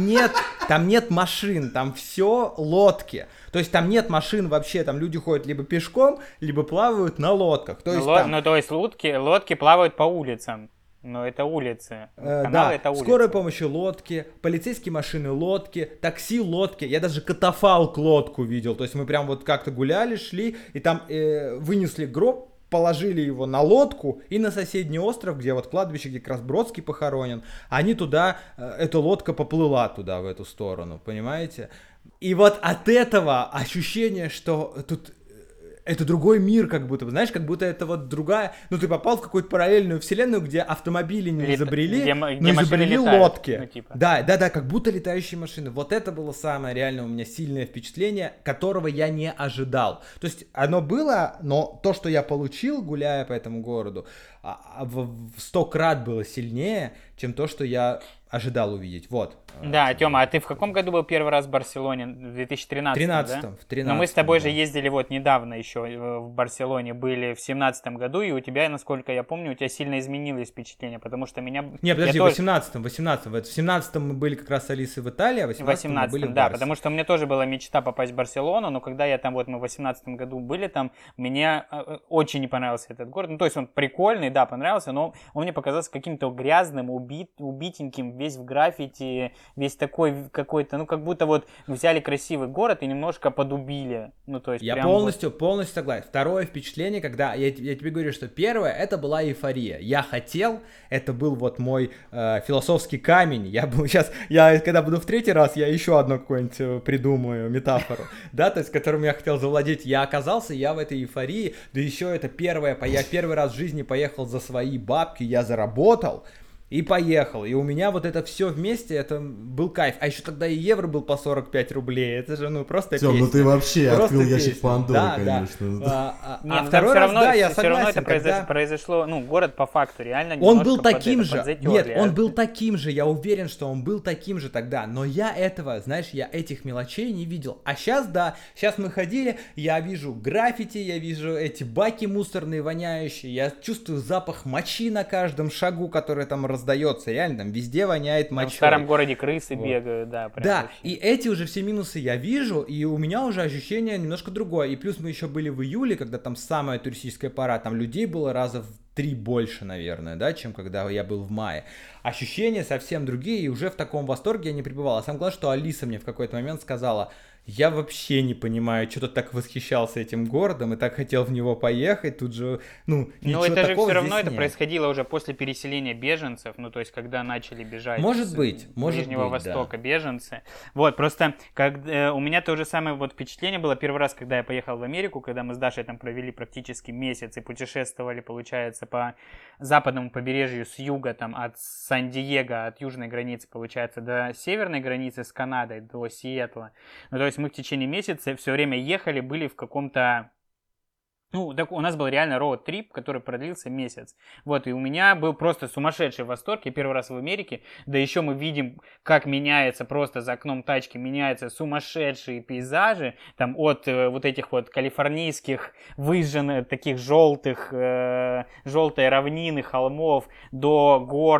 машин, там все лодки. То есть там нет машин вообще, там люди ходят либо пешком, либо плавают на лодках. То есть, лодки плавают по улицам. Но это улицы. Да, это улицы. Скорой помощи лодки, полицейские машины лодки, такси лодки. Я даже катафалк лодку видел. То есть мы прям вот как-то гуляли, шли, и там вынесли гроб, положили его на лодку и на соседний остров, где вот кладбище, где как раз Бродский похоронен. Они туда, эта лодка поплыла туда, в эту сторону, понимаете? И вот от этого ощущение, что тут... Это другой мир, как будто, знаешь, как будто это вот другая... Ну, ты попал в какую-то параллельную вселенную, где автомобили не изобрели, но изобрели лодки. Да, как будто летающие машины. Вот это было самое реально у меня сильное впечатление, которого я не ожидал. То есть оно было, но то, что я получил, гуляя по этому городу, в 100 крат было сильнее, чем то, что я ожидал увидеть, вот. Да, Тёма, а ты в каком году был первый раз в Барселоне? В 2013, да? В 13. Но мы с тобой же ездили вот недавно еще в Барселоне, были в 17 году, и у тебя, насколько я помню, у тебя сильно изменилось впечатление, потому что меня... Не, подожди, в 18-м. В 17-м мы были как раз с Алисой в Италии, а в 18-м мы были в да, Барсе. потому что у меня тоже была мечта попасть в Барселону, но когда я там, вот мы в 18 году были там, мне очень не понравился этот город. Ну, то есть он прикольный, да, понравился, но он мне показался каким-то грязным, убитеньким, весь в граффити, весь такой какой-то, ну, как будто вот взяли красивый город и немножко подубили. Ну, то есть я прям полностью согласен. Второе впечатление, когда я тебе говорю, что первое, это была эйфория. Я хотел, это был вот мой философский камень. Я когда буду в третий раз, я еще одну какую-нибудь придумаю метафору, да, то есть, которым я хотел завладеть. Я оказался, я в этой эйфории, да еще это я первый раз в жизни поехал за свои бабки, я заработал. И поехал. И у меня вот это все вместе, это был кайф. А еще тогда и евро был по 45 рублей. Это же, ну, просто Тём, песня. ну ты вообще просто открыл ящик песня. Пандоры, да, конечно. Да. Нет, второй раз, да, я все равно согласен. это произошло, ну, город по факту реально Он был немножко таким же. подзатерли. Нет, он был таким же. Я уверен, что он был таким же тогда. Но я этих мелочей не видел. А сейчас, да, сейчас мы ходили, я вижу граффити, я вижу эти баки мусорные, воняющие. Я чувствую запах мочи на каждом шагу, который там раздается. Реально, там везде воняет мочой. В старом городе крысы бегают, да. Прям да, вообще. и эти уже все минусы я вижу, и у меня уже ощущение немножко другое. И плюс мы еще были в июле, когда там самая туристическая пора, там людей было раза в 3 больше, наверное, да, чем когда я был в мае. Ощущения совсем другие, и уже в таком восторге я не пребывал. А самое главное, что Алиса мне в какой-то момент сказала: я вообще не понимаю, что ты так восхищался этим городом и так хотел в него поехать, тут же, ну, ничего такого. Но это же все равно нет. это происходило уже после переселения беженцев, ну, то есть, когда начали бежать может быть, Ближнего Востока, да, беженцы. Вот, просто у меня то же самое вот впечатление было первый раз, когда я поехал в Америку, когда мы с Дашей там провели практически месяц и путешествовали, получается, по западному побережью с юга, там, от Сан-Диего, от южной границы, получается, до северной границы с Канадой, до Сиэтла. Ну, то есть мы в течение месяца все время ехали, были в каком-то... Ну, так у нас был реально роуд-трип, который продлился месяц. Вот, и у меня был просто сумасшедший восторг. Я первый раз в Америке, да еще мы видим, как меняется просто за окном тачки, меняются сумасшедшие пейзажи, там от вот этих вот калифорнийских выжженных, таких желтых, желтой равнины, холмов, до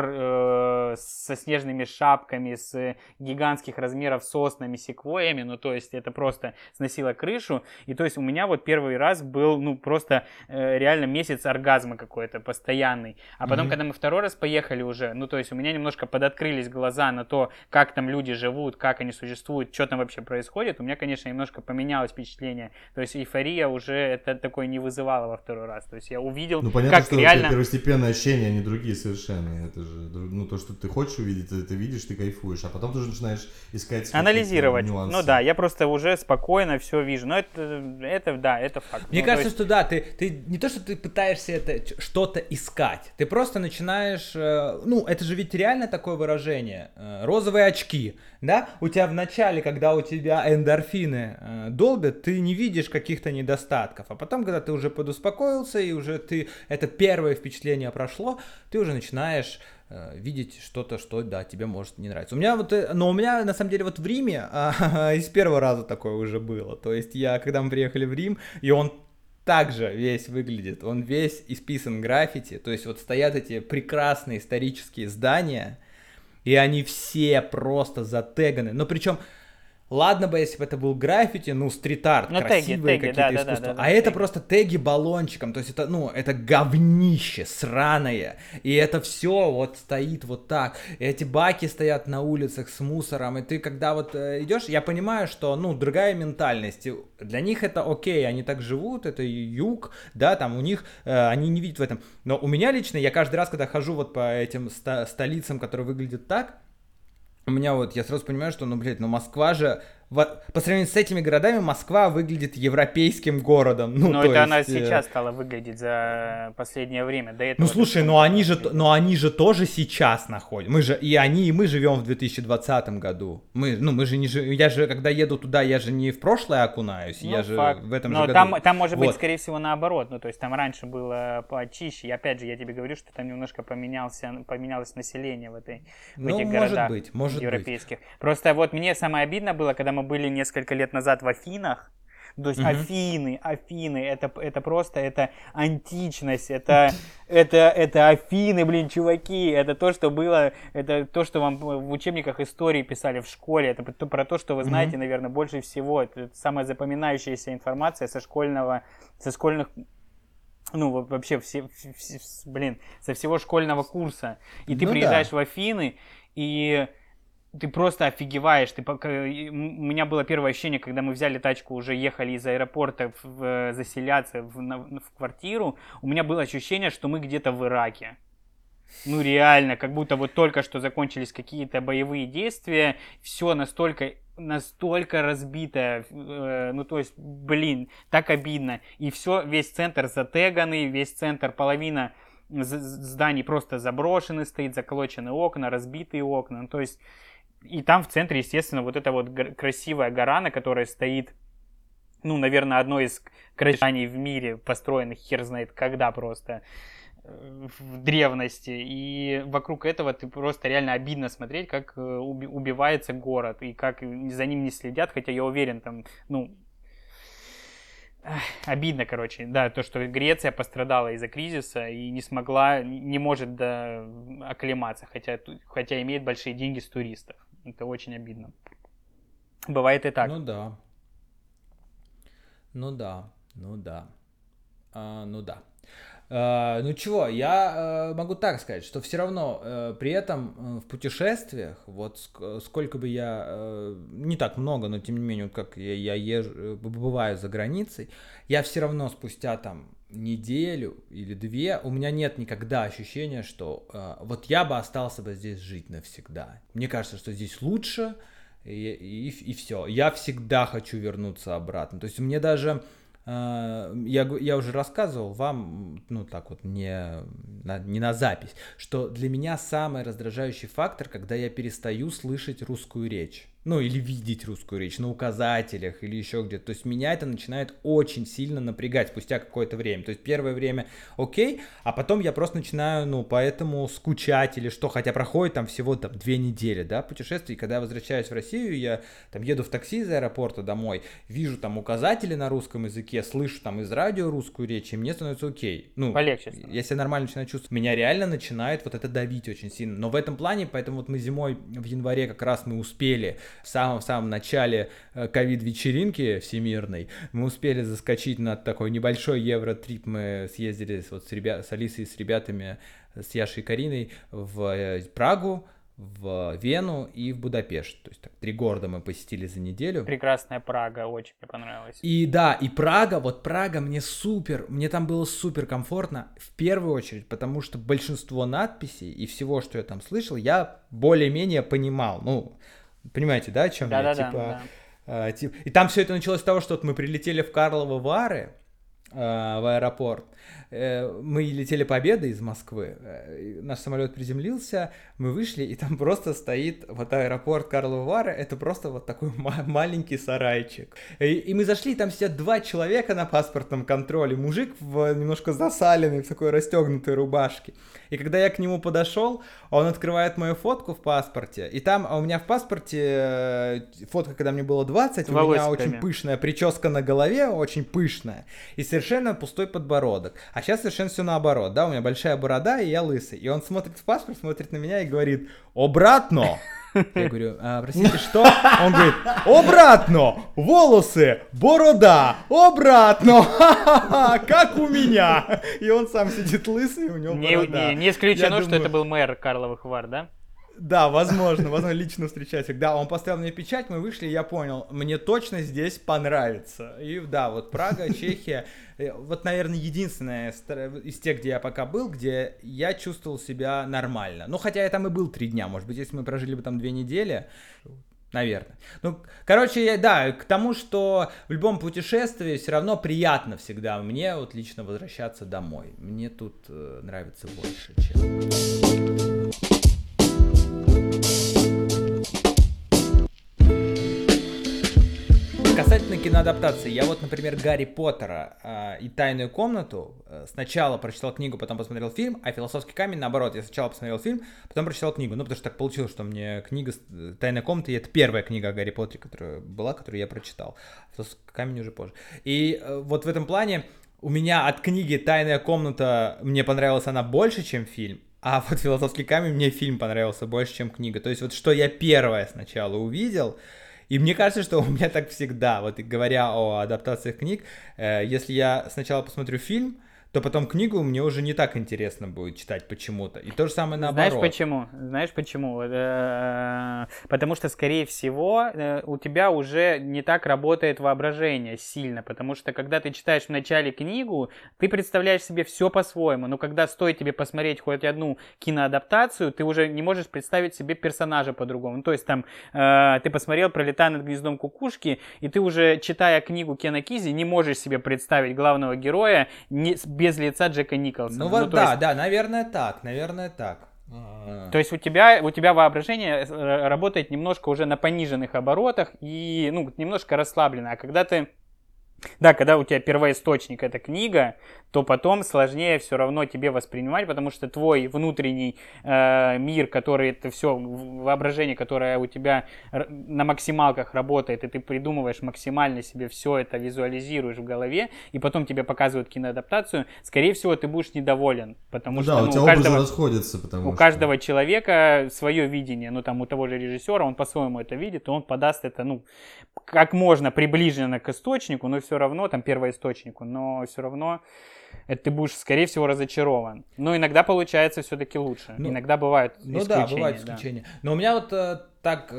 гор со снежными шапками, с гигантских размеров соснами, секвоями, ну, то есть это просто сносило крышу. И то есть у меня вот первый раз был, ну, просто реально месяц оргазма какой-то постоянный. А потом, когда мы второй раз поехали уже, ну, то есть у меня немножко подоткрылись глаза на то, как там люди живут, как они существуют, что там вообще происходит, у меня, конечно, немножко поменялось впечатление. То есть эйфория уже это такое не вызывала во второй раз. То есть я увидел, ну, понятно, как что реально... первостепенные ощущения, они другие совершенно. Это же, ну, то, что ты хочешь увидеть, ты видишь, ты кайфуешь, а потом ты уже начинаешь искать анализировать. нюансы. Ну да, я просто уже спокойно все вижу. Но это да, это факт. Мне ну, кажется, есть... что да, ты не то, что ты пытаешься что-то искать, ты просто начинаешь, ну, это же ведь реально такое выражение, розовые очки, да, у тебя в начале, когда у тебя эндорфины долбят, ты не видишь каких-то недостатков, а потом, когда ты уже подуспокоился, и уже это первое впечатление прошло, ты уже начинаешь видеть что-то, что, да, тебе может не нравиться. Но у меня, на самом деле, вот в Риме из первого раза такое уже было, то есть когда мы приехали в Рим, и он также весь выглядит, он весь исписан граффити, то есть вот стоят эти прекрасные исторические здания, и они все просто затеганы, но причем, ладно бы, если бы это был граффити, ну, стрит-арт, красивые теги, какие-то да, искусства, да, а это просто теги баллончиком, то есть это, ну, это говнище сраное, и это все вот стоит вот так, и эти баки стоят на улицах с мусором, и ты когда вот идешь, я понимаю, что, ну, другая ментальность, для них это окей, они так живут, это юг, да, там у них, они не видят в этом, но у меня лично, я каждый раз, когда хожу вот по этим столицам, которые выглядят так, у меня вот, я сразу понимаю, что, ну, блядь, ну, Москва же по сравнению с этими городами Москва выглядит европейским городом. Ну, Но то это она есть, сейчас стала выглядеть за последнее время. До этого ну слушай, они же тоже сейчас находятся. Мы живем в 2020 году. Мы же не я же, когда еду туда, я же не в прошлое окунаюсь, Ну, я же факт. в этом Но же году. там может быть, Вот. скорее всего, наоборот. Ну, то есть там раньше было почище. И опять же, я тебе говорю, что там немножко поменялось население в этих городах может быть. европейских. Просто вот мне самое обидно было, когда мы были несколько лет назад в Афинах. То есть Афины, это просто, это античность, это Афины, блин, чуваки, это то, что было, это то, что вам в учебниках истории писали в школе, это про то, что вы знаете, наверное, больше всего, это самая запоминающаяся информация со школьных, ну, вообще, со всего школьного курса. И ты приезжаешь в Афины, и ты просто офигеваешь. У меня было первое ощущение, когда мы взяли тачку, уже ехали из аэропорта заселяться в квартиру, у меня было ощущение, что мы где-то в Ираке. Ну реально, как будто вот только что закончились какие-то боевые действия, все настолько разбитое, ну то есть, блин, так обидно. И все, весь центр затеганный, весь центр, половина зданий просто заброшены, стоит, заколочены окна, разбитые окна, ну то есть... И там в центре, естественно, вот эта вот красивая гора, на которой стоит, ну, наверное, одно из красивейших зданий в мире, построенных хер знает когда просто, в древности. И вокруг этого ты просто реально обидно смотреть, как убивается город, и как за ним не следят, хотя я уверен, там, ну... Обидно, короче, да, то, что Греция пострадала из-за кризиса и не может оклематься, хотя имеет большие деньги с туристов. Это очень обидно. Бывает и так. Ну да. Ну чего, я могу так сказать, что все равно при этом в путешествиях, вот сколько бы я, не так много, но тем не менее, вот как я езжу, бываю за границей, я все равно спустя там неделю или две, у меня нет никогда ощущения, что вот я бы остался бы здесь жить навсегда. Мне кажется, что здесь лучше, и все. Я всегда хочу вернуться обратно. То есть мне даже... Я уже рассказывал вам, ну так вот, не на запись, что для меня самый раздражающий фактор, когда я перестаю слышать русскую речь. Ну, или видеть русскую речь на указателях или еще где-то. То есть меня это начинает очень сильно напрягать спустя какое-то время. То есть первое время окей, а потом я просто начинаю, ну, поэтому скучать или что. Хотя проходит там всего там 2 недели, да, путешествий. И когда я возвращаюсь в Россию, я там еду в такси из аэропорта домой, вижу там указатели на русском языке, слышу там из радио русскую речь, и мне становится окей. Ну, полегче. Я себя нормально начинаю чувствовать. Меня реально начинает вот это давить очень сильно. Но в этом плане, поэтому вот мы зимой в январе как раз мы успели в самом начале ковид-вечеринки всемирной, мы успели заскочить на такой небольшой евротрип, мы съездили вот с Алисой и с ребятами, с Яшей и Кариной в Прагу, в Вену и в Будапешт. То есть так 3 города мы посетили за неделю. Прекрасная Прага, очень мне понравилась. И да, и Прага мне там было супер комфортно, в первую очередь, потому что большинство надписей и всего, что я там слышал, я более-менее понимал. Ну, понимаете, да, о чем я? Да. И там все это началось с того, что вот мы прилетели в Карловы Вары, в аэропорт. Мы летели Победы из Москвы. Наш самолет приземлился, мы вышли, и там просто стоит вот аэропорт Карловы Вары. Это просто вот такой маленький сарайчик. И мы зашли, и там сидят 2 человека на паспортном контроле. Мужик немножко засаленный, в такой расстегнутой рубашке. И когда я к нему подошел, он открывает мою фотку в паспорте. И там у меня в паспорте фотка, когда мне было 20, у меня очень пышная прическа на голове, очень пышная. И совершенно пустой подбородок. А сейчас совершенно все наоборот, да, у меня большая борода, и я лысый. И он смотрит в паспорт, смотрит на меня и говорит: «Обратно!» Я говорю: простите, что? Он говорит: «Обратно! Волосы, борода, обратно! Ха-ха-ха, как у меня!» И он сам сидит лысый, у него борода. Не исключено, что это был мэр Карловых Вар, да? Да, возможно, лично встречать. Да, он поставил мне печать, мы вышли, и я понял, мне точно здесь понравится. И да, вот Прага, Чехия, вот, наверное, единственная из тех, где я пока был, где я чувствовал себя нормально. Ну, хотя я там и был 3 дня, может быть, если мы прожили бы там 2 недели, Наверное. Ну, короче, да, к тому, что в любом путешествии все равно приятно всегда мне вот лично возвращаться домой. Мне тут нравится больше, чем... Касательно киноадаптации, я вот, например, Гарри Поттера и Тайную комнату сначала прочитал книгу, потом посмотрел фильм, а Философский камень, наоборот, я сначала посмотрел фильм, потом прочитал книгу. Ну, потому что так получилось, что мне книга Тайная комната, и это первая книга о Гарри Поттере, которая была, которую я прочитал. Философский камень уже позже. И вот в этом плане у меня от книги Тайная комната мне понравилась она больше, чем фильм. А вот «Философский камень» мне фильм понравился больше, чем книга. То есть вот что я первое сначала увидел, и мне кажется, что у меня так всегда, вот говоря о адаптациях книг, если я сначала посмотрю фильм, то потом книгу мне уже не так интересно будет читать почему-то. И то же самое наоборот. Знаешь почему? Потому что, скорее всего, у тебя уже не так работает воображение сильно. Потому что, когда ты читаешь вначале книгу, ты представляешь себе все по-своему. Но когда стоит тебе посмотреть хоть одну киноадаптацию, ты уже не можешь представить себе персонажа по-другому. Ну, то есть, там, ты посмотрел «Пролетая над гнездом кукушки», и ты уже, читая книгу Кена Кизи, не можешь себе представить главного героя без лица Джека Николсона. Ну вот, ну, да, есть... да, наверное так. То есть у тебя воображение работает немножко уже на пониженных оборотах и, ну, немножко расслаблено. А когда когда у тебя первоисточник это книга, то потом сложнее все равно тебе воспринимать, потому что твой внутренний мир, который это все, воображение, которое у тебя на максималках работает, и ты придумываешь максимально себе все это, визуализируешь в голове, и потом тебе показывают киноадаптацию, скорее всего, ты будешь недоволен, потому что у тебя образы расходятся, потому у каждого человека свое видение, ну там у того же режиссера, он по-своему это видит, и он подаст это, ну, как можно приближенно к источнику, но все равно, там, первоисточнику, но все равно это ты будешь, скорее всего, разочарован. Но иногда получается все-таки лучше. Иногда бывают исключения. Ну да, бывают исключения. Да. Но у меня вот так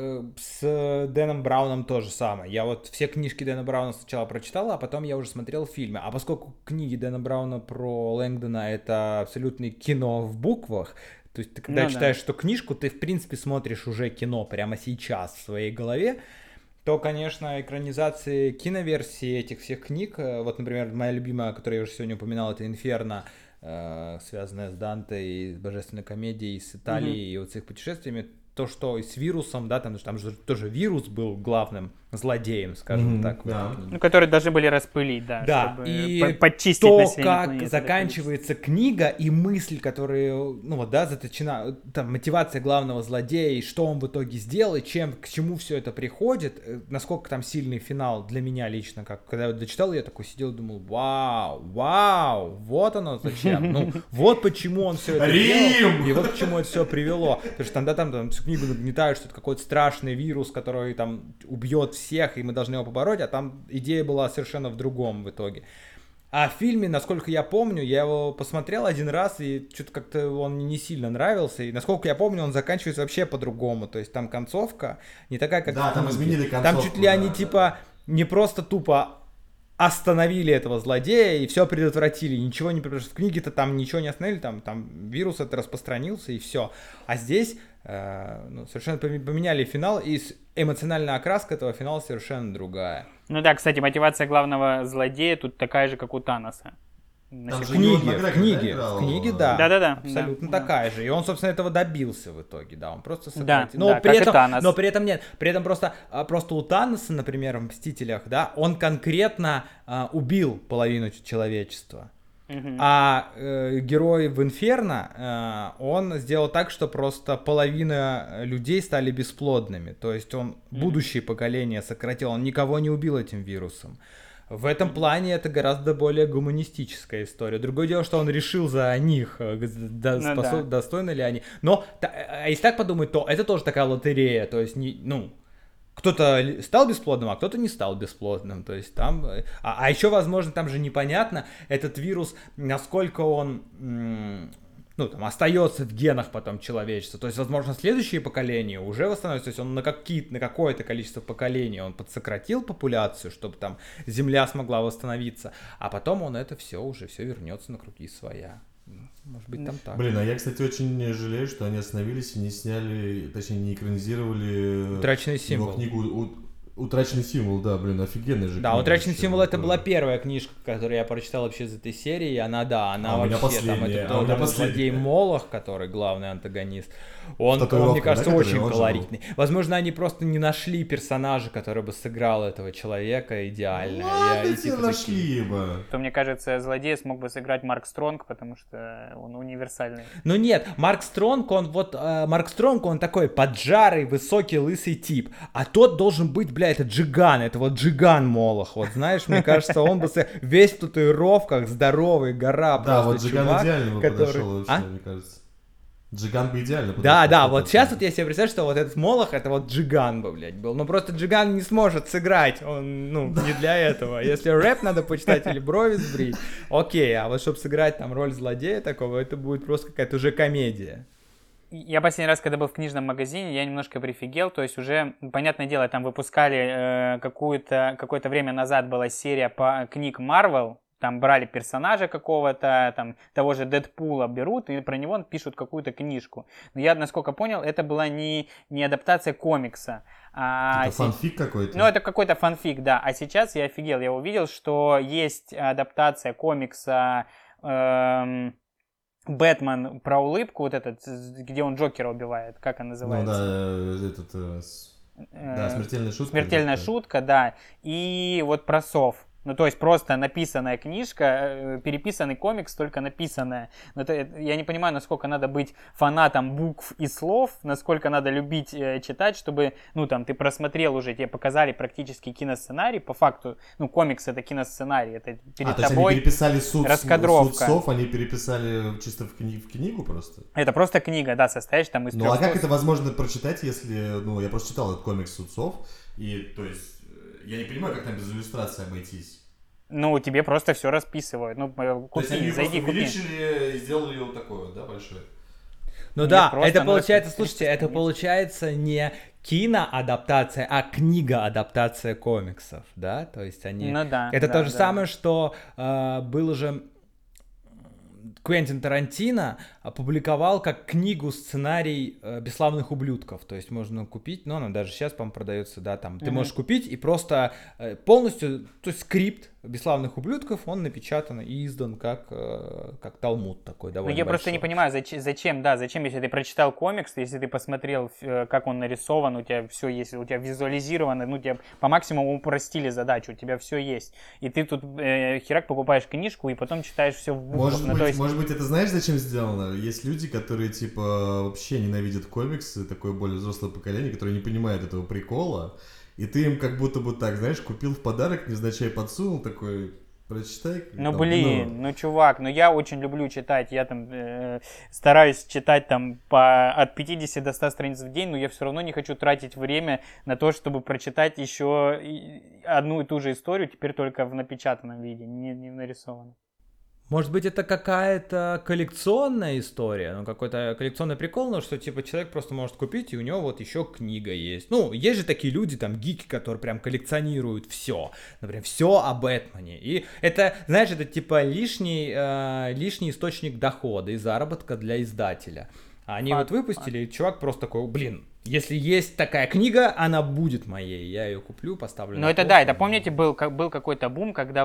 с Дэном Брауном то же самое. Я вот все книжки Дэна Брауна сначала прочитал, а потом я уже смотрел фильмы. А поскольку книги Дэна Брауна про Лэнгдона это абсолютное кино в буквах, то есть ты когда читаешь эту книжку, ты в принципе смотришь уже кино прямо сейчас в своей голове, то, конечно, экранизации киноверсии этих всех книг, вот, например, моя любимая, которую я уже сегодня упоминал, это «Инферно», связанная с Данте и с Божественной комедией, с Италией и вот с их путешествиями, то, что и с вирусом, да, там же тоже вирус был главным злодеем, скажем так. Да. Ну, которые должны были распылить, да, чтобы и подчистить то, население как планеты, заканчивается книга и мысль, которая, ну вот, да, заточена, там, мотивация главного злодея, и что он в итоге сделал, и к чему все это приходит, насколько там сильный финал для меня лично, как когда я дочитал, я такой сидел и думал, вау, вот оно зачем, ну, вот почему он все это делал, и вот к чему это все привело, потому что там всю книгу нагнетают, что это какой-то страшный вирус, который там убьет всех, и мы должны его побороть, а там идея была совершенно в другом в итоге. А в фильме, насколько я помню, я его посмотрел один раз, и что-то как-то он мне не сильно нравился, и насколько я помню, он заканчивается вообще по-другому, то есть там концовка не такая, как... Да, там изменили концовку. Там чуть ли они типа не просто тупо остановили этого злодея и все предотвратили, ничего не... В книге-то там ничего не остановили, там вирус это распространился и все. А здесь совершенно поменяли финал, и эмоциональная окраска этого финала совершенно другая. Ну да, кстати, мотивация главного злодея тут такая же, как у Таноса. В книге, да. Да. Абсолютно такая же. И он, собственно, этого добился в итоге, да. Он просто сократил. Но при этом нет. При этом просто у Таноса, например, в «Мстителях», да, он конкретно убил половину человечества. А герой в «Инферно», он сделал так, что просто половина людей стали бесплодными. То есть он будущее поколение сократил, он никого не убил этим вирусом. В этом плане это гораздо более гуманистическая история. Другое дело, что он решил за них, достойны ли они. Но, если так подумать, то это тоже такая лотерея. То есть, кто-то стал бесплодным, а кто-то не стал бесплодным. То есть там... А еще, возможно, там же непонятно, этот вирус, насколько он... остается в генах потом человечества. То есть, возможно, следующие поколения уже восстановятся. То есть он на какое-то количество поколений он подсократил популяцию, чтобы там Земля смогла восстановиться. А потом он это все вернется на круги своя. Может быть, там так. Блин, а я, кстати, очень жалею, что они остановились и не сняли, точнее, не экранизировали «Утраченный его символ». книгу «Утраченный символ», да, блин, офигенная же Да, книга «Утраченный вообще, символ» вот, это была первая книжка, которую я прочитал вообще из этой серии. Она, да, она А у меня вообще там последняя, этот а у меня злодей последняя. Молох, который главный антагонист. Он, Татуировка, мне кажется, да, очень которую он же колоритный. Возможно, они просто не нашли персонажа, который бы сыграл этого человека идеально. Ладно, И тебе типа нашли бы. То, мне кажется, злодея смог бы сыграть Марк Стронг, потому что он универсальный. Ну нет, Марк Стронг, он такой поджарый, высокий, лысый тип. А тот должен быть, бля, это Джиган, это вот Джиган Молох. Вот знаешь, мне кажется, он бы весь в татуировках, здоровый, гора Да, просто вот Джиган чувак, идеально бы который- подошел вообще, А? мне кажется. Джиган бы идеально подошел. Да, да, под вот этот сейчас фильм. вот я себе представляю, что вот этот Молох, это вот Джиган бы, блядь, был. Но просто Джиган не сможет сыграть, он, не для этого. Если рэп надо почитать или брови сбрить, окей, а вот чтобы сыграть там роль злодея такого, это будет просто какая-то уже комедия. Я последний раз, когда был в книжном магазине, я немножко прифигел, то есть уже, понятное дело, там выпускали какое-то время назад была серия книг Marvel, там брали персонажа какого-то, там того же Дэдпула берут и про него пишут какую-то книжку. Но я, насколько понял, это была не адаптация комикса. Это фанфик какой-то? Ну, это какой-то фанфик, да. А сейчас я офигел, я увидел, что есть адаптация комикса Бэтмен про улыбку, вот этот, где он Джокера убивает, как он называется? Да, смертельная шутка. Смертельная шутка, да. И вот про сов. Ну, то есть просто написанная книжка, переписанный комикс, только написанная. Но я не понимаю, насколько надо быть фанатом букв и слов, насколько надо любить читать, чтобы, ты просмотрел уже, тебе показали практически киносценарий. По факту, комикс это киносценарий, это перед то есть тобой они переписали раскадровка. суд сов, они переписали чисто в книгу просто? Это просто книга, да, состоящая там из Ну, а как это возможно прочитать, если, я просто читал этот комикс «Суд сов», и, то есть, я не понимаю, как там без иллюстрации обойтись. Тебе просто все расписывают. Купи, зайди, купи. Увеличили и сделали вот такое, да, большое? Ну Нет, да, просто это оно получается, расписано слушайте, это страниц. получается не киноадаптация, а книга-адаптация комиксов, да? То есть они... Ну да. Это да, то же да. самое, что был же Квентин Тарантино опубликовал как книгу сценарий «Бесславных ублюдков». То есть можно купить, она даже сейчас, по-моему, продается, да, там. Ты можешь купить и просто полностью, то есть скрипт «Бесславных ублюдков», он напечатан и издан как талмуд такой довольно Я просто не большой. понимаю, зачем, если ты прочитал комикс, если ты посмотрел, как он нарисован, у тебя все есть, у тебя визуализировано, тебе по максимуму упростили задачу, у тебя все есть. И ты тут херак покупаешь книжку и потом читаешь все в буквах. Может быть, это знаешь, зачем сделано? Есть люди, которые, вообще ненавидят комиксы, такое более взрослое поколение, которое не понимает этого прикола, и ты им как будто бы так, знаешь, купил в подарок, невзначай подсунул, такой, прочитай. Чувак, я очень люблю читать, я там стараюсь читать там от 50 до 100 страниц в день, но я все равно не хочу тратить время на то, чтобы прочитать еще одну и ту же историю, теперь только в напечатанном виде, не в нарисованном. Может быть, это какая-то коллекционная история, какой-то коллекционный прикол, что человек просто может купить, и у него вот еще книга есть. Есть же такие люди, там, гики, которые прям коллекционируют все. Например, все о Бэтмене. И это, знаешь, это лишний источник дохода и заработка для издателя. Они выпустили, и чувак просто такой, если есть такая книга, она будет моей. Я ее куплю, поставлю на полку. Это помните, был какой-то бум, когда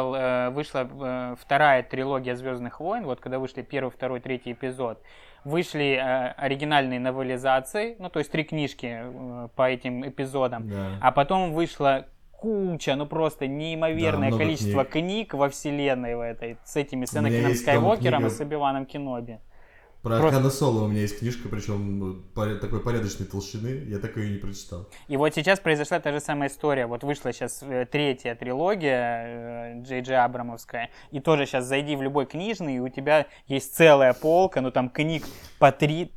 вышла вторая трилогия «Звездных войн», вот когда вышли первый, второй, третий эпизод, вышли оригинальные новелизации, то есть 3 книжки по этим эпизодам, Да. а потом вышла куча, просто неимоверное количество книг во вселенной в этой, с Энакином Скайуокером и с Оби-Ваном Кеноби. Про Хана Соло у меня есть книжка, причем такой порядочной толщины, я так ее не прочитал. И вот сейчас произошла та же самая история. Вот вышла сейчас 3-я трилогия Джей Джей Абрамовская, и тоже сейчас зайди в любой книжный, и у тебя есть целая полка, там книг по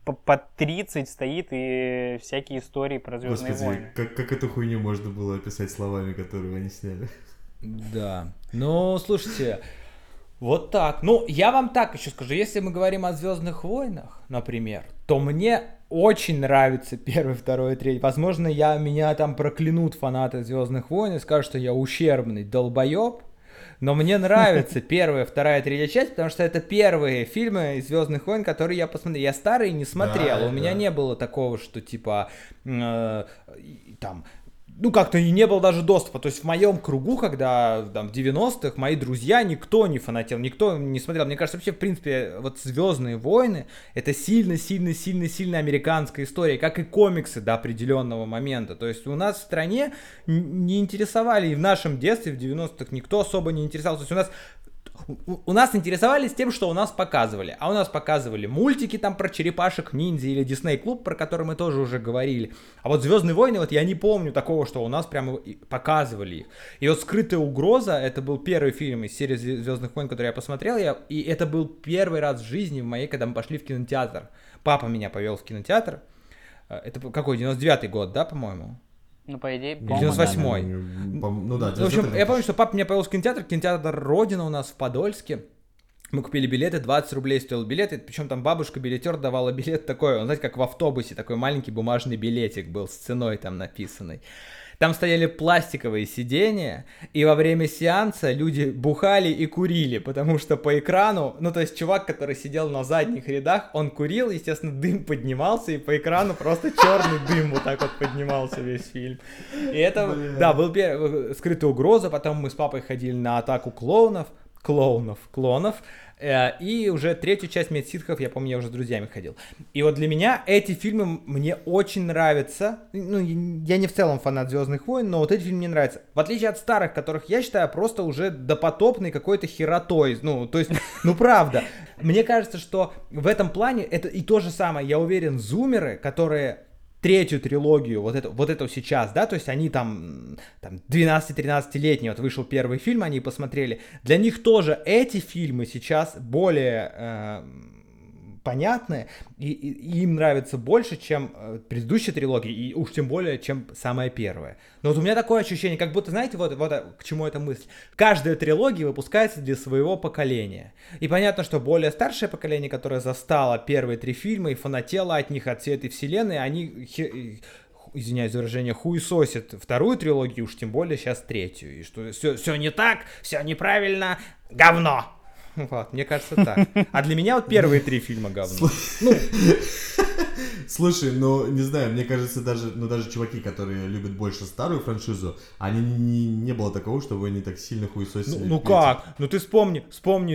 30 стоит, и всякие истории про «Звездные войны». Как эту хуйню можно было описать словами, которые они сняли? Да, слушайте... Вот так. Я вам так еще скажу, если мы говорим о «Звездных войнах», например, то мне очень нравится 1, 2, 3. Возможно, меня там проклянут фанаты «Звездных войн» и скажут, что я ущербный долбоеб, Но мне нравится первая, вторая, третья часть, потому что это первые фильмы из «Звездных войн», которые я посмотрел. Я старые не смотрел, Да, у меня да. не было такого, что типа там... Ну, как-то и не было даже доступа. То есть в моем кругу, когда там в 90-х, мои друзья, никто не фанател, никто не смотрел. Мне кажется, вообще, в принципе, вот «Звездные войны» — это сильно-сильно-сильно-сильно американская история, как и комиксы до определенного момента. То есть у нас в стране не интересовали, и в нашем детстве, в 90-х, никто особо не интересовался. То есть у нас интересовались тем, что у нас показывали. А у нас показывали мультики там про черепашек-ниндзя или Дисней Клуб, про который мы тоже уже говорили. А вот «Звездные войны», вот я не помню такого, что у нас прямо показывали их. И вот «Скрытая угроза» — это был первый фильм из серии «Звездных войн», который я посмотрел. И это был первый раз в жизни в моей, когда мы пошли в кинотеатр. Папа меня повел в кинотеатр. Это какой, 99-й год, да, по-моему? Ну, по идее, Или 98-й. Ну да, В общем, я помню, что папа меня повел в кинотеатр «Родина» у нас в Подольске. Мы купили билеты, 20 рублей стоил билет, и причем там бабушка-билетер давала билет такой, он, знаете, как в автобусе, такой маленький бумажный билетик был с ценой там написанной. Там стояли пластиковые сиденья, и во время сеанса люди бухали и курили, потому что по экрану, ну то есть чувак, который сидел на задних рядах, он курил, естественно, дым поднимался, и по экрану просто черный дым вот так вот поднимался весь фильм. И это, да, был «Скрытая угроза», потом мы с папой ходили на «Атаку клонов», и уже третью часть «Месть ситхов», я помню, я уже с друзьями ходил. И вот для меня эти фильмы мне очень нравятся. Ну, я не в целом фанат «Звездных войн», но вот эти фильмы мне нравятся. В отличие от старых, которых я считаю просто уже допотопной какой-то херотой. Ну, то есть, ну правда. Мне кажется, что в этом плане это и то же самое. Я уверен, зумеры, которые... третью трилогию, вот эту сейчас, да, то есть они там 12-13-летние, вот вышел первый фильм, они посмотрели, для них тоже эти фильмы сейчас более понятны, и им нравится больше, чем предыдущие трилогии, и уж тем более, чем самая первая. Но вот у меня такое ощущение, как будто, знаете, вот к чему эта мысль. Каждая трилогия выпускается для своего поколения. И понятно, что более старшее поколение, которое застало первые три фильма и фанатело от них, от всей этой вселенной, они... извиняюсь за выражение, хуесосит вторую трилогию, уж тем более сейчас третью. И что все не так, все неправильно, говно. Вот, мне кажется так. А для меня вот первые три фильма говно. Слушай, ну, не знаю, мне кажется, даже чуваки, которые любят больше старую франшизу, они не было такого, чтобы они так сильно хуесосили. Ну как? Ну ты вспомни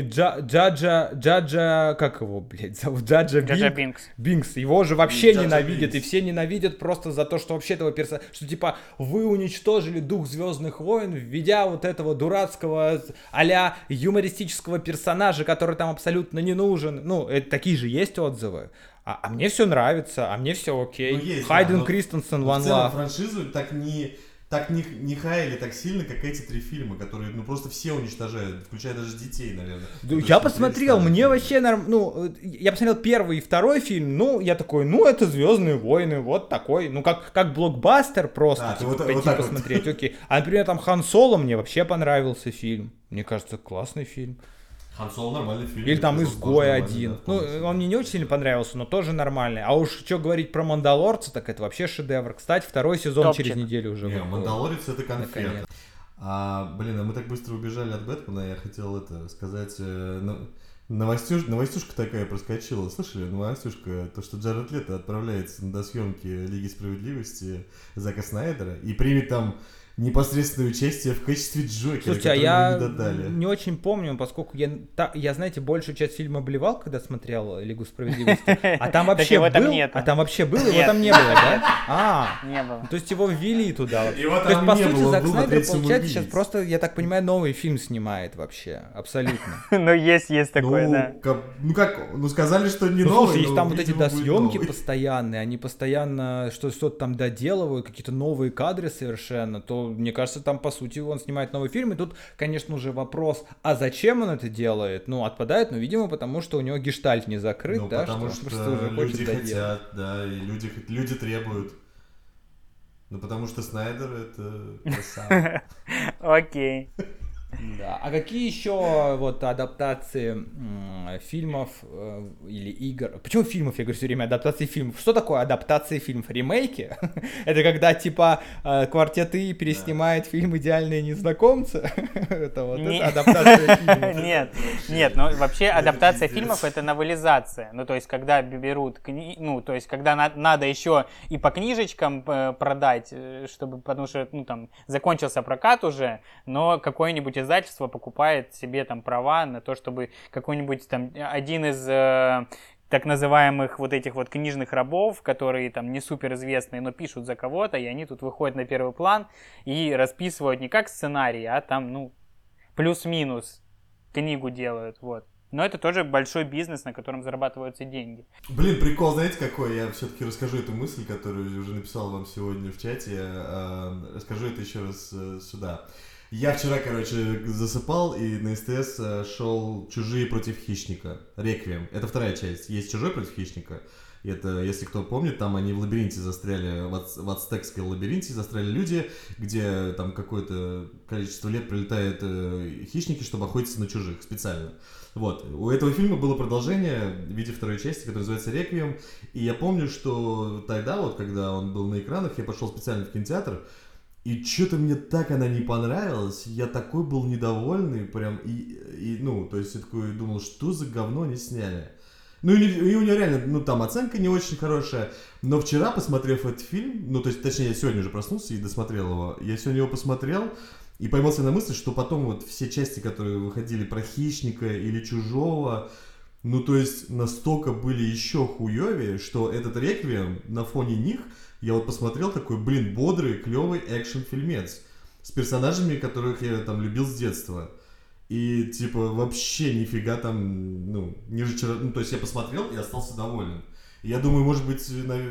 Джаджа, как его, блядь, зовут? Джаджа Бинкс. Бинкс, его же вообще Джаджа ненавидят, Бинкс. И все ненавидят просто за то, что вообще этого персонажа, что типа вы уничтожили дух «Звездных войн», введя вот этого дурацкого а-ля юмористического персонажа, который там абсолютно не нужен. Ну, такие же есть отзывы. А мне все нравится, а мне все окей. Ну, есть, Хайден да, Кристенсен, в One целом Love. франшизу так не хаяли так сильно, как эти три фильма, которые, ну, просто все уничтожают, включая даже детей, наверное. Я посмотрел, мне вообще я посмотрел первый и второй фильм, ну, я такой, ну, это «Звездные войны», вот такой, ну, как блокбастер просто, ты вот пойти так посмотреть, окей. А, например, там «Хан Соло» мне вообще понравился фильм, мне кажется, классный фильм. Хан Соло нормальный фильм. Или там «Изгой» нормальный, один. да, Ну, полностью. он мне не очень сильно понравился, но тоже нормальный. А уж что говорить про «Мандалорца», так это вообще шедевр. Кстати, второй сезон Топчик. через неделю уже Не, выходит. «Мандалорец» это конфета. Наконец. А мы так быстро убежали от Бэтмена, я хотел сказать, новостюшка такая проскочила, слышали, новостюшка, то, что Джаред Лето отправляется на досъемки Лиги Справедливости Зака Снайдера и примет там непосредственное участие в качестве Джокера, Слушайте, а который я ему не додали. не очень помню, поскольку я, знаете, большую часть фильма блевал, когда смотрел «Лигу справедливости», а там вообще его там был, нету. а там вообще был, его Нет. там не было, да? Не было. То есть его ввели туда вообще. Его То есть, там по не сути, было, он Зак был в Снайдер, «Отряд получается, сейчас самоубийц». просто, я так понимаю, новый фильм снимает вообще, абсолютно. Ну, есть такое, да. Сказали, что не Ну, новый, слушай, есть но, там вот эти видимо, будет досъемки новый. постоянные, они постоянно что-то там доделывают, какие-то новые кадры совершенно, то, мне кажется, там, по сути, он снимает новый фильм, и тут, конечно же, вопрос, а зачем он это делает? Ну, отпадает, ну, видимо, потому что у него гештальт не закрыт, Ну, да, потому что что он просто уже люди хочет доделать. хотят, да, и люди требуют. Ну, потому что Снайдер это красава. Окей. Да. А какие еще вот адаптации фильмов или игр. Почему фильмов? Я говорю все время адаптации фильмов. Что такое адаптации фильмов? Ремейки? Это когда типа Квартет И переснимает фильм «Идеальные незнакомцы». Это вот это адаптация фильмов. Нет, ну вообще адаптация фильмов это новелизация. Ну то есть когда берут, ну то есть когда надо еще и по книжечкам продать, чтобы, потому что ну там закончился прокат уже, но какое-нибудь издательство покупает себе там права на то, чтобы какой-нибудь там один из так называемых вот этих вот книжных рабов, которые там не суперизвестные, но пишут за кого-то, и они тут выходят на первый план и расписывают не как сценарий, а там, ну, плюс-минус книгу делают, вот. Но это тоже большой бизнес, на котором зарабатываются деньги. Блин, прикол, знаете какой? Я все-таки расскажу эту мысль, которую уже написал вам сегодня в чате. Расскажу это еще раз сюда. Я вчера, короче, засыпал, и на СТС шел «Чужие против хищника». Реквием. Это вторая часть. Есть «Чужой против хищника». Это, если кто помнит, там они в лабиринте застряли, в ацтекском лабиринте застряли люди, где там какое-то количество лет прилетают хищники, чтобы охотиться на чужих специально. Вот. У этого фильма было продолжение в виде второй части, которая называется «Реквием». И я помню, что тогда, вот, когда он был на экранах, я пошел специально в кинотеатр, и что-то мне так она не понравилась, я такой был недовольный, прям, ну, то есть я такой думал, что за говно они сняли. Ну, и у него реально, ну, там оценка не очень хорошая, но вчера, посмотрев этот фильм, ну, то есть, точнее, я сегодня уже проснулся и досмотрел его, я сегодня его посмотрел и поймался на мысли, что потом вот все части, которые выходили про хищника или чужого, ну, то есть, настолько были еще хуевее, что этот «Реквием» на фоне них, я вот посмотрел такой, блин, бодрый, клевый экшн-фильмец с персонажами, которых я там любил с детства. И, типа, вообще нифига там, ну, не разочарован. Ну, то есть я посмотрел и остался доволен. И я думаю, может быть,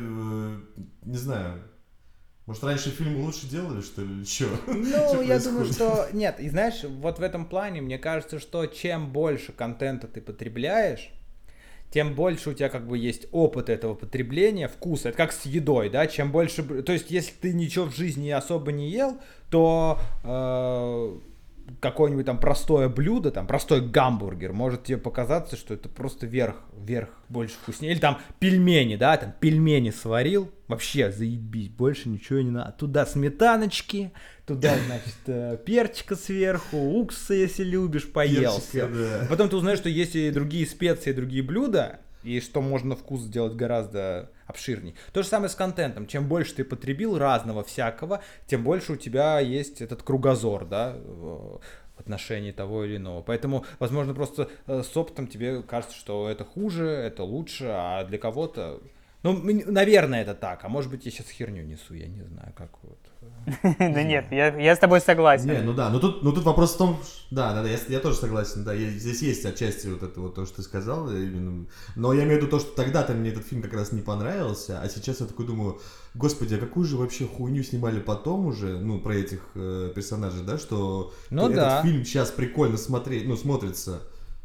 не знаю, может, раньше фильмы лучше делали, что ли, или что? Ну, я думаю, что... Нет, и знаешь, вот в этом плане, мне кажется, что чем больше контента ты потребляешь, тем больше у тебя как бы есть опыт этого потребления, вкуса. Это как с едой, да, чем больше... То есть, если ты ничего в жизни особо не ел, то какое-нибудь там простое блюдо, там простой гамбургер, может тебе показаться, что это просто верх больше вкуснее. Или там пельмени, да, там пельмени сварил, вообще заебись, больше ничего не надо. Туда сметаночки, туда, значит, перчика сверху, уксуса, если любишь, поел. Перчика, да. Потом ты узнаешь, что есть и другие специи, и другие блюда, и что можно вкус сделать гораздо обширней. То же самое с контентом. Чем больше ты потребил разного всякого, тем больше у тебя есть этот кругозор, да, в отношении того или иного. Поэтому, возможно, просто с опытом тебе кажется, что это хуже, это лучше, а для кого-то... Ну, наверное, это так. А может быть, я сейчас херню несу, я не знаю, как вот... Да нет, я с тобой согласен. Не, ну да, но тут вопрос в том, да, я тоже согласен, да, здесь есть отчасти вот это вот то, что ты сказал, именно. Но я имею в виду то, что тогда-то мне этот фильм как раз не понравился, а сейчас я такой думаю, господи, а какую же вообще хуйню снимали потом уже, ну, про этих персонажей, да, что этот фильм сейчас прикольно смотреть, ну, смотрится.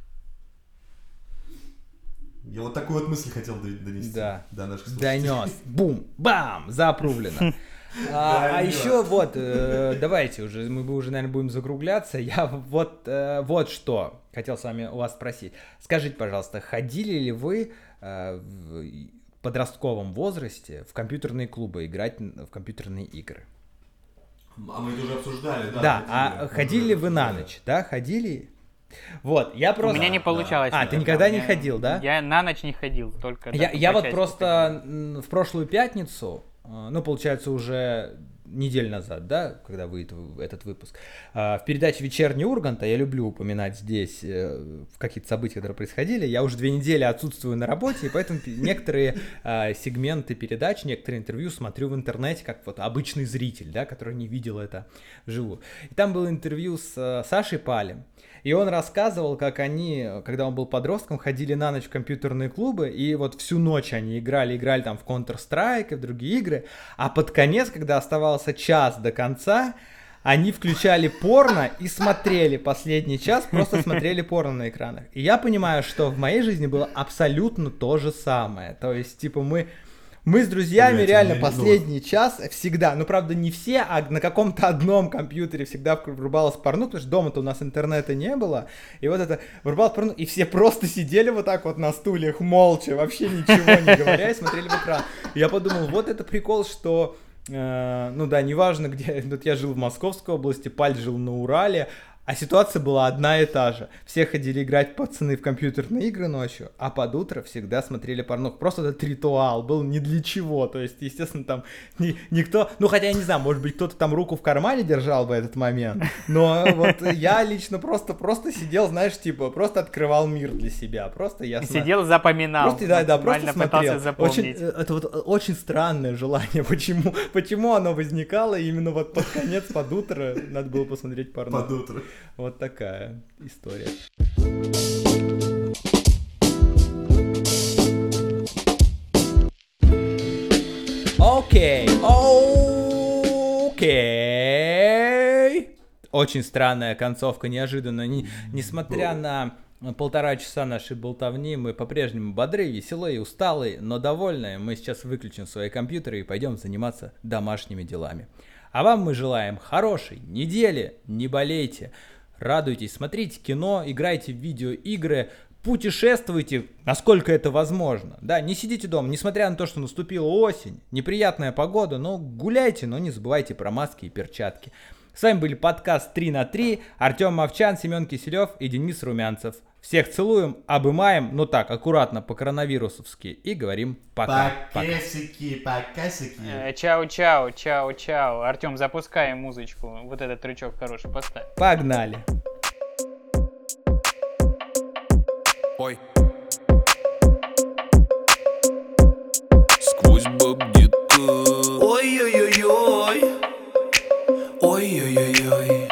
Я вот такую вот мысль хотел донести до наших слушателей. Донес. Бум, бам, запрублено. А еще вот, давайте уже, мы уже, наверное, будем закругляться. Я вот что хотел с вами у вас спросить. Скажите, пожалуйста, ходили ли вы в подростковом возрасте в компьютерные клубы играть в компьютерные игры? А мы это уже обсуждали, да. Да, а ходили ли вы на ночь, да, ходили? Вот, я просто... У меня не получалось. А, ты никогда не ходил, да? Я на ночь не ходил, только... Я вот просто в прошлую пятницу, ну, получается, уже неделю назад, да, когда выйдет этот выпуск, в передаче «Вечерний Ургант», я люблю упоминать здесь какие-то события, которые происходили, я уже 2 недели отсутствую на работе, и поэтому некоторые сегменты передач, некоторые интервью смотрю в интернете, как вот обычный зритель, да, который не видел это вживую. И там было интервью с Сашей Палем, и он рассказывал, как они, когда он был подростком, ходили на ночь в компьютерные клубы, и вот всю ночь они играли там в Counter-Strike и в другие игры, а под конец, когда оставался час до конца, они включали порно и смотрели последний час, просто смотрели порно на экранах. И я понимаю, что в моей жизни было абсолютно то же самое. То есть, типа, Мы с друзьями Блядь, реально у меня последний час всегда, ну правда не все, а на каком-то одном компьютере всегда врубалась порнуха, потому что дома-то у нас интернета не было, и вот это врубалась порнуха, и все просто сидели вот так вот на стульях молча, вообще ничего не говоря, и смотрели в экран. Я подумал, вот это прикол, что, ну да, неважно где, вот я жил в Московской области, Паль жил на Урале, а ситуация была одна и та же. Все ходили играть пацаны в компьютерные игры ночью, а под утро всегда смотрели порнуху. Просто этот ритуал был ни для чего. То есть, естественно, там никто... Ну, хотя, я не знаю, может быть, кто-то там руку в кармане держал в этот момент. Но вот я лично просто сидел, знаешь, типа, просто открывал мир для себя. Просто я... Сидел, запоминал. Просто, да, просто смотрел. Запомнить. Это вот очень странное желание. Почему оно возникало именно вот под конец, под утро надо было посмотреть порнуху. Под утро. Вот такая история. Окей. Очень странная концовка, неожиданно. Несмотря на 1,5 часа нашей болтовни, мы по-прежнему бодры, веселые, усталые, но довольные. Мы сейчас выключим свои компьютеры и пойдем заниматься домашними делами. А вам мы желаем хорошей недели, не болейте, радуйтесь, смотрите кино, играйте в видеоигры, путешествуйте, насколько это возможно. Да, не сидите дома, несмотря на то, что наступила осень, неприятная погода, но гуляйте, но не забывайте про маски и перчатки. С вами были подкаст 3 на 3, Артем Мовчан, Семен Киселев и Денис Румянцев. Всех целуем, обымаем, ну так, аккуратно, по-коронавирусовски, и говорим пока. Покасики. Чао-чао, чао-чао. Артем, запускай музычку. Вот этот трючок хороший, поставь. Погнали. Ой. Сквозь баб-гиты. Ой-ой-ой-ой. Ой-ой-ой-ой.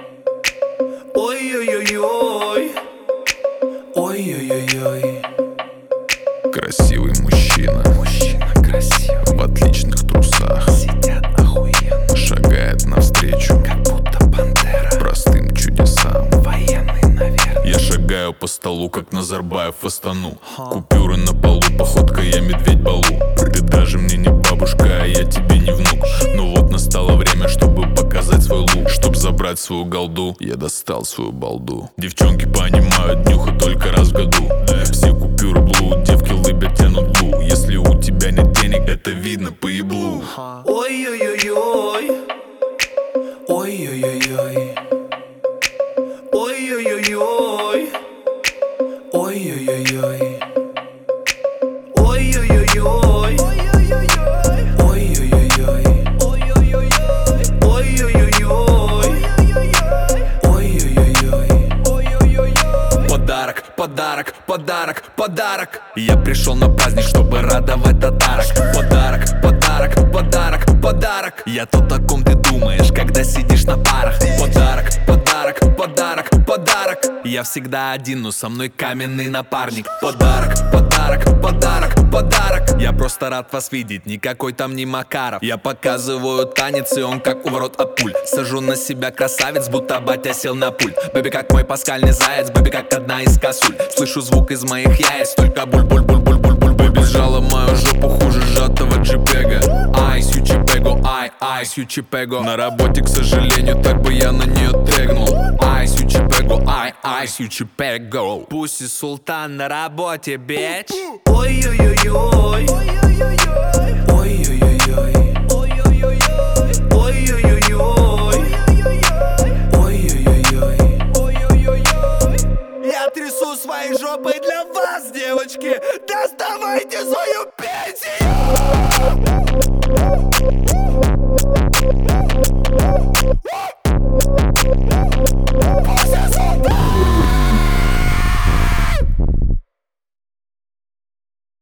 Ой-ой-ой-ой. Ой-ой-ой-ой. Красивый мужчина. Мужчина красивый. В отличных трусах. Сидят охуенно. Шагает навстречу. Как будто пантера. Простым чудесам. Военный, наверное. Я шагаю по столу, как Назарбаев в Астану. Купюры на полу, походка я медведь Балу. Ты даже мне не бабушка, а я тебе не внук. Ну вот настало время, чтобы показать свой лук. Чтоб забрать свою голду, я достал свою балду. Девчонки понимают днюху только раз в году. Все купюры блуд, девки лыбят, тянут глу. Если у тебя нет денег, это видно по еблу. Ой-ой-ой-ой. Ой-ой-ой-ой. Ой-ой-ой-ой. Ой-ой-ой-ой. Ой-ой-ой-ой. Ой-ой-ой-ой. Ой-ой-ой-ой. Подарок, подарок, подарок, подарок. Я пришел на праздник, чтобы радовать татарок. Подарок, подарок, подарок, подарок. Я тот, о ком ты думаешь, когда сидишь на парах. Подарок, подарок, подарок, подарок. Я всегда один, но со мной каменный напарник. Подарок, подарок, подарок, подарок. Я просто рад вас видеть, никакой там не Макаров. Я показываю танец, и он как у ворот от пуль. Сажу на себя красавец, будто батя сел на пульт. Бэби как мой паскальный заяц, бэби как одна из косуль. Слышу звук из моих яиц, только буль-буль-буль-буль-буль-буль. Бэби сжала мою жопу хуже сжатого джипега. Ай, сючипего, ай, сючипего. На работе, к сожалению, так бы я на нее тегнул. Ай, сючипего, ай, сючипего. Пусть султан на работе, бич. Ой-ой-ой-ой. Ой-ой-ой-ой. Ой-ой-ой-ой. Я трясу своей жопой для вас, девочки. Доставайте свою пенсию. Пусть султан.